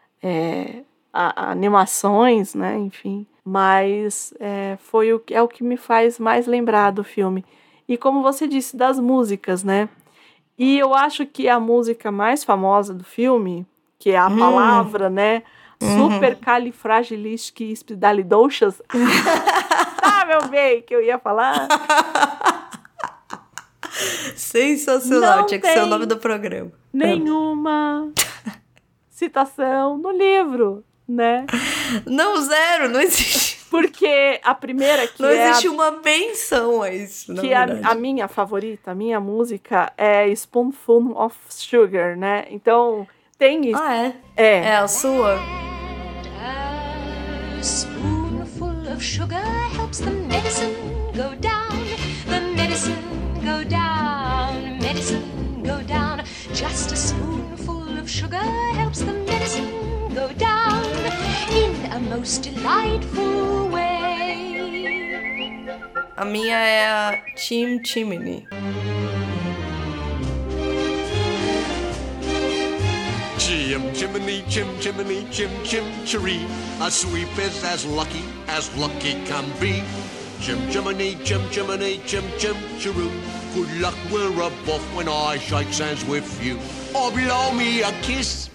animações, né? Enfim. Mas é o que me faz mais lembrar do filme. E como você disse, das músicas, né? E eu acho que a música mais famosa do filme, que é a palavra, né? Supercalifragilisticexpialidocious. Ah, meu bem, que eu ia falar. Sensacional, Não tinha que ser o nome do programa. Nenhuma citação no livro, né? Não, zero, não existe. Porque a primeira que não existe uma menção a isso, que a minha favorita, a minha música é Spoonful of Sugar, né? Então, tem isso. Ah, é? É. É a sua? A spoonful of sugar helps the medicine go down. The medicine go down. Medicine go down. Just a spoonful of sugar helps the medicine go down in a most delightful way. A minha é a Chim Chimney. Chim chimney, chim chimney, chim chim chiree. A sweep is as lucky can be. Chim chimney, chim chimney, chim chim chiroo. Good luck, we're above when I shake hands with you. Or blow me a kiss.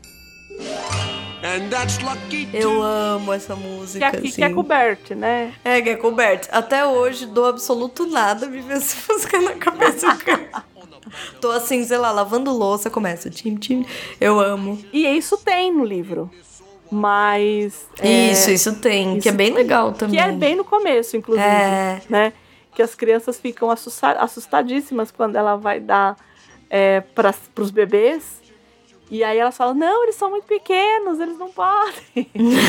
And that's lucky too. Eu amo essa música, Que é com o Bert, né? É, que é com o Bert. Até hoje, do absoluto nada, me vê essa música na cabeça. Tô assim, sei lá, lavando louça, começa tim, tim. Eu amo. E isso tem no livro. Mas... Isso tem, que é bem legal também. Que é bem no começo, inclusive. Né? Que as crianças ficam assustadíssimas quando ela vai dar pros bebês. E aí elas falam, não, eles são muito pequenos, eles não podem.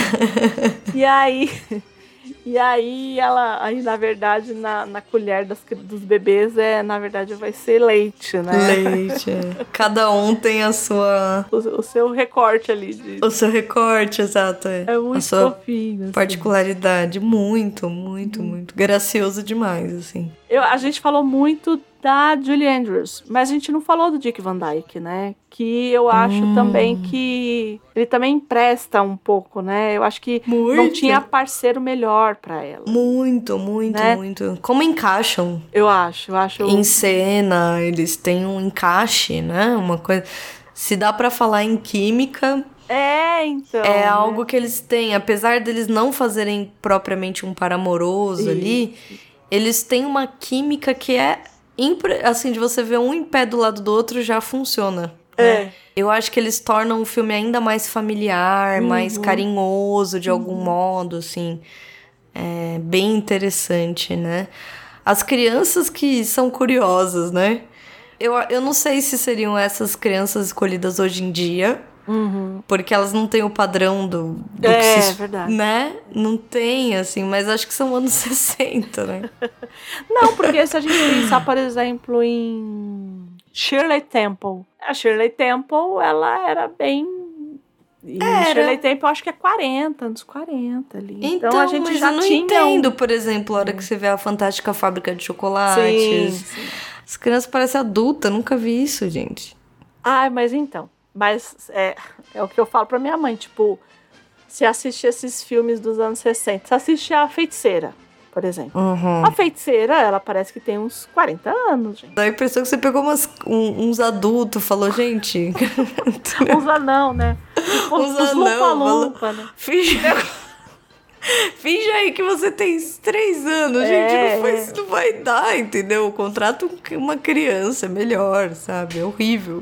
E aí ela, na verdade, na colher dos bebês, na verdade, vai ser leite, né? Leite, é. Cada um tem a sua... O seu recorte ali. O seu recorte, exato. É muito a sua fofinho. Particularidade. Assim. Muito, muito, muito. Gracioso demais, assim. A gente falou muito da Julie Andrews, mas a gente não falou do Dick Van Dyke, né? Que eu acho também que ele também empresta um pouco, né? Eu acho que não tinha parceiro melhor pra ela. Muito, né? Muito. Como encaixam? Eu acho. Em cena, eles têm um encaixe, né? Uma coisa... Se dá pra falar em química... Então... É algo que eles têm. Apesar deles não fazerem propriamente um par amoroso ali, eles têm uma química que é... Assim, de você ver um em pé do lado do outro já funciona. Né? Eu acho que eles tornam o filme ainda mais familiar, mais carinhoso de algum modo, assim. É bem interessante, né? As crianças que são curiosas, né? Eu não sei se seriam essas crianças escolhidas hoje em dia. Porque elas não têm o padrão do que se... verdade. Né? Não tem, assim, mas acho que são anos 60, né? Não, porque se a gente pensar, por exemplo, em Shirley Temple. A Shirley Temple, ela era bem... Shirley Temple, eu acho que é 40, anos 40 ali. Então a gente mas já eu não entendo, por exemplo, a hora que você vê a Fantástica Fábrica de Chocolates. Sim. As crianças parecem adultas, nunca vi isso, gente. Mas então... Mas é o que eu falo pra minha mãe, tipo, se assistir esses filmes dos anos 60, se assistir A Feiticeira, por exemplo. A Feiticeira, ela parece que tem uns 40 anos, gente. Dá a impressão que você pegou uns adultos, falou, gente... Uns anão, né? Uns anão, né? Finge aí que você tem 3 anos, gente, não vai dar, entendeu? Contrata uma criança, é melhor, sabe? É horrível.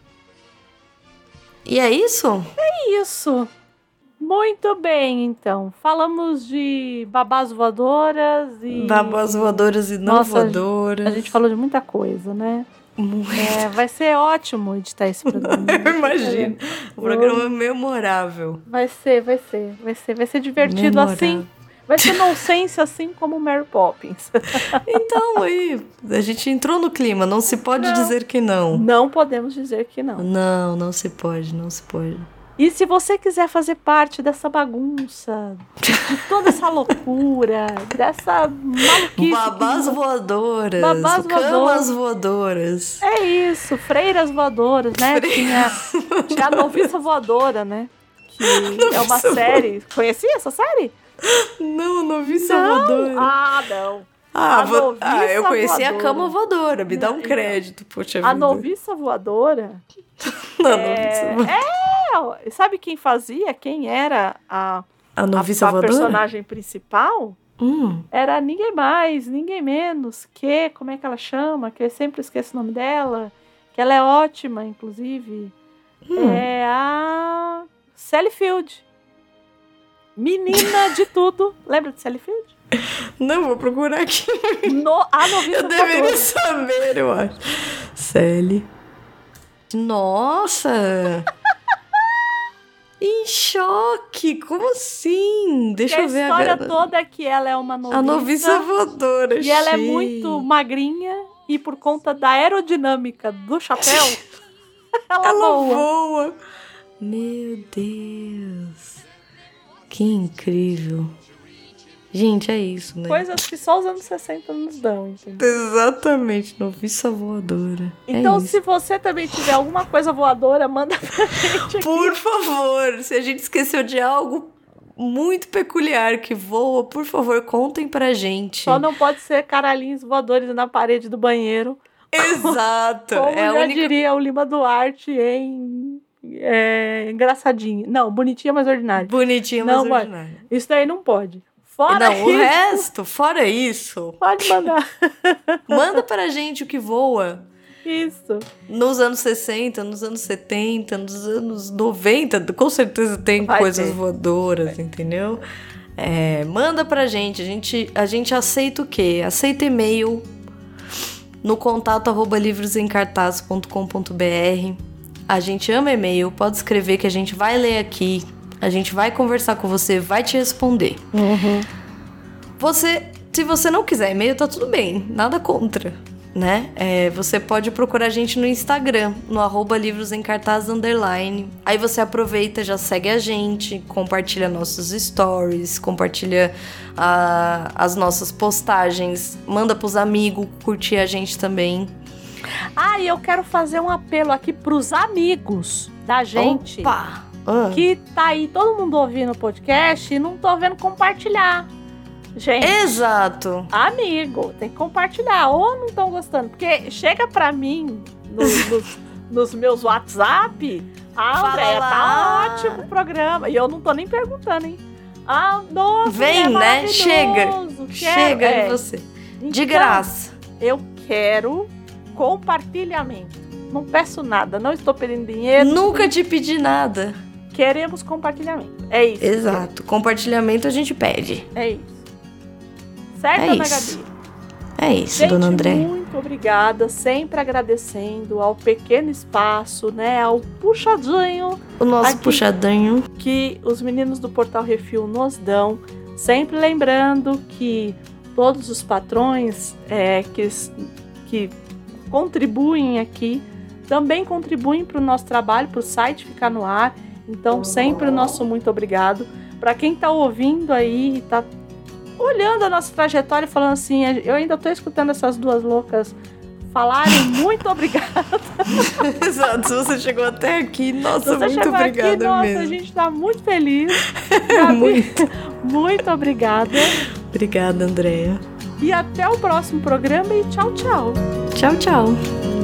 E é isso? É isso. Muito bem, então. Falamos de babás voadoras e... Babás voadoras e não voadoras. A gente falou de muita coisa, né? Muito. Vai ser ótimo editar esse programa. Eu imagino. O programa é memorável. Vai ser divertido memorável. Assim. Vai ser nonsense assim como Mary Poppins. Então, aí, a gente entrou no clima, não se pode dizer que não. Não podemos dizer que não. Não se pode. E se você quiser fazer parte dessa bagunça, de toda essa loucura, dessa maluquice... Babás voadoras, camas voadoras. É isso, freiras voadoras, né? Tinha a Noviça Voadora, né? Que é uma série. Conhecia essa série? Não, Noviça Voadora. Não. Eu conheci a cama voadora, me dá um crédito, poxa vida. A Noviça Voadora... Noviça Voadora. Sabe quem fazia? Quem era a Noviça Voadora? A personagem principal? Era ninguém mais, ninguém menos que... Como é que ela chama? Que eu sempre esqueço o nome dela. Que ela é ótima, inclusive. É a Sally Field. Menina de tudo. Lembra de Sally Field? Não, vou procurar aqui. A Noviça Eu deveria saber, eu acho. Sally. Nossa! Em choque! Como assim? Deixa eu ver agora. A história toda é que ela é uma noviça. A Noviça Voadora, E ela é muito magrinha. E por conta da aerodinâmica do chapéu, ela voa. Meu Deus. Que incrível. Gente, é isso, né? Coisas que só os anos 60 nos dão, entendeu? Exatamente, Noviça Voadora. Então, se você também tiver alguma coisa voadora, manda pra gente aqui. Por favor, se a gente esqueceu de algo muito peculiar que voa, por favor, contem pra gente. Só não pode ser caralhinhos voadores na parede do banheiro. Exato. Como já diria o Lima Duarte em... engraçadinho. Não, bonitinha, mas ordinária. Bonitinha, mas ordinária. Isso daí não pode. Fora isso. O resto, fora isso. Pode mandar. Manda pra gente o que voa. Isso. Nos anos 60, nos anos 70, nos anos 90, com certeza tem coisas voadoras, entendeu? Manda pra gente. A gente aceita o quê? Aceita e-mail no contato@livrosemcartaz.com.br. A gente ama e-mail, pode escrever que a gente vai ler aqui. A gente vai conversar com você, vai te responder. Se você não quiser e-mail, tá tudo bem, nada contra, né? Você pode procurar a gente no Instagram, no @livrosemcartaz_. Aí você aproveita, já segue a gente, compartilha nossos stories, compartilha as nossas postagens, manda pros amigos curtir a gente também. E eu quero fazer um apelo aqui pros amigos da gente. Opa! Que tá aí todo mundo ouvindo o podcast e não tô vendo compartilhar. Gente. Exato. Amigo, tem que compartilhar. Ou não estão gostando. Porque chega pra mim nos meus WhatsApp. Andréia, tá ótimo o programa. E eu não tô nem perguntando, hein? Nossa, vem, né? Chega em você. Então, de graça. Eu quero compartilhamento. Não peço nada, não estou pedindo dinheiro. Nunca te pedi nada. Queremos compartilhamento. É isso. Exato. Compartilhamento a gente pede. É isso. Certo, Ana Gabi? É isso, gente, dona André. Muito obrigada. Sempre agradecendo ao pequeno espaço, né? Ao puxadinho. O nosso puxadinho. Que os meninos do Portal Refil nos dão. Sempre lembrando que todos os patrões que contribuem aqui também contribuem para o nosso trabalho, para o site ficar no ar. Então, sempre o nosso muito obrigado. Para quem está ouvindo aí, está olhando a nossa trajetória e falando assim, eu ainda estou escutando essas duas loucas falarem, muito obrigada. Exato, se você chegou até aqui, nossa, muito obrigada mesmo. A gente está muito feliz. Gabi, muito obrigada. Obrigada, Andréia. E até o próximo programa e tchau, tchau. Tchau, tchau.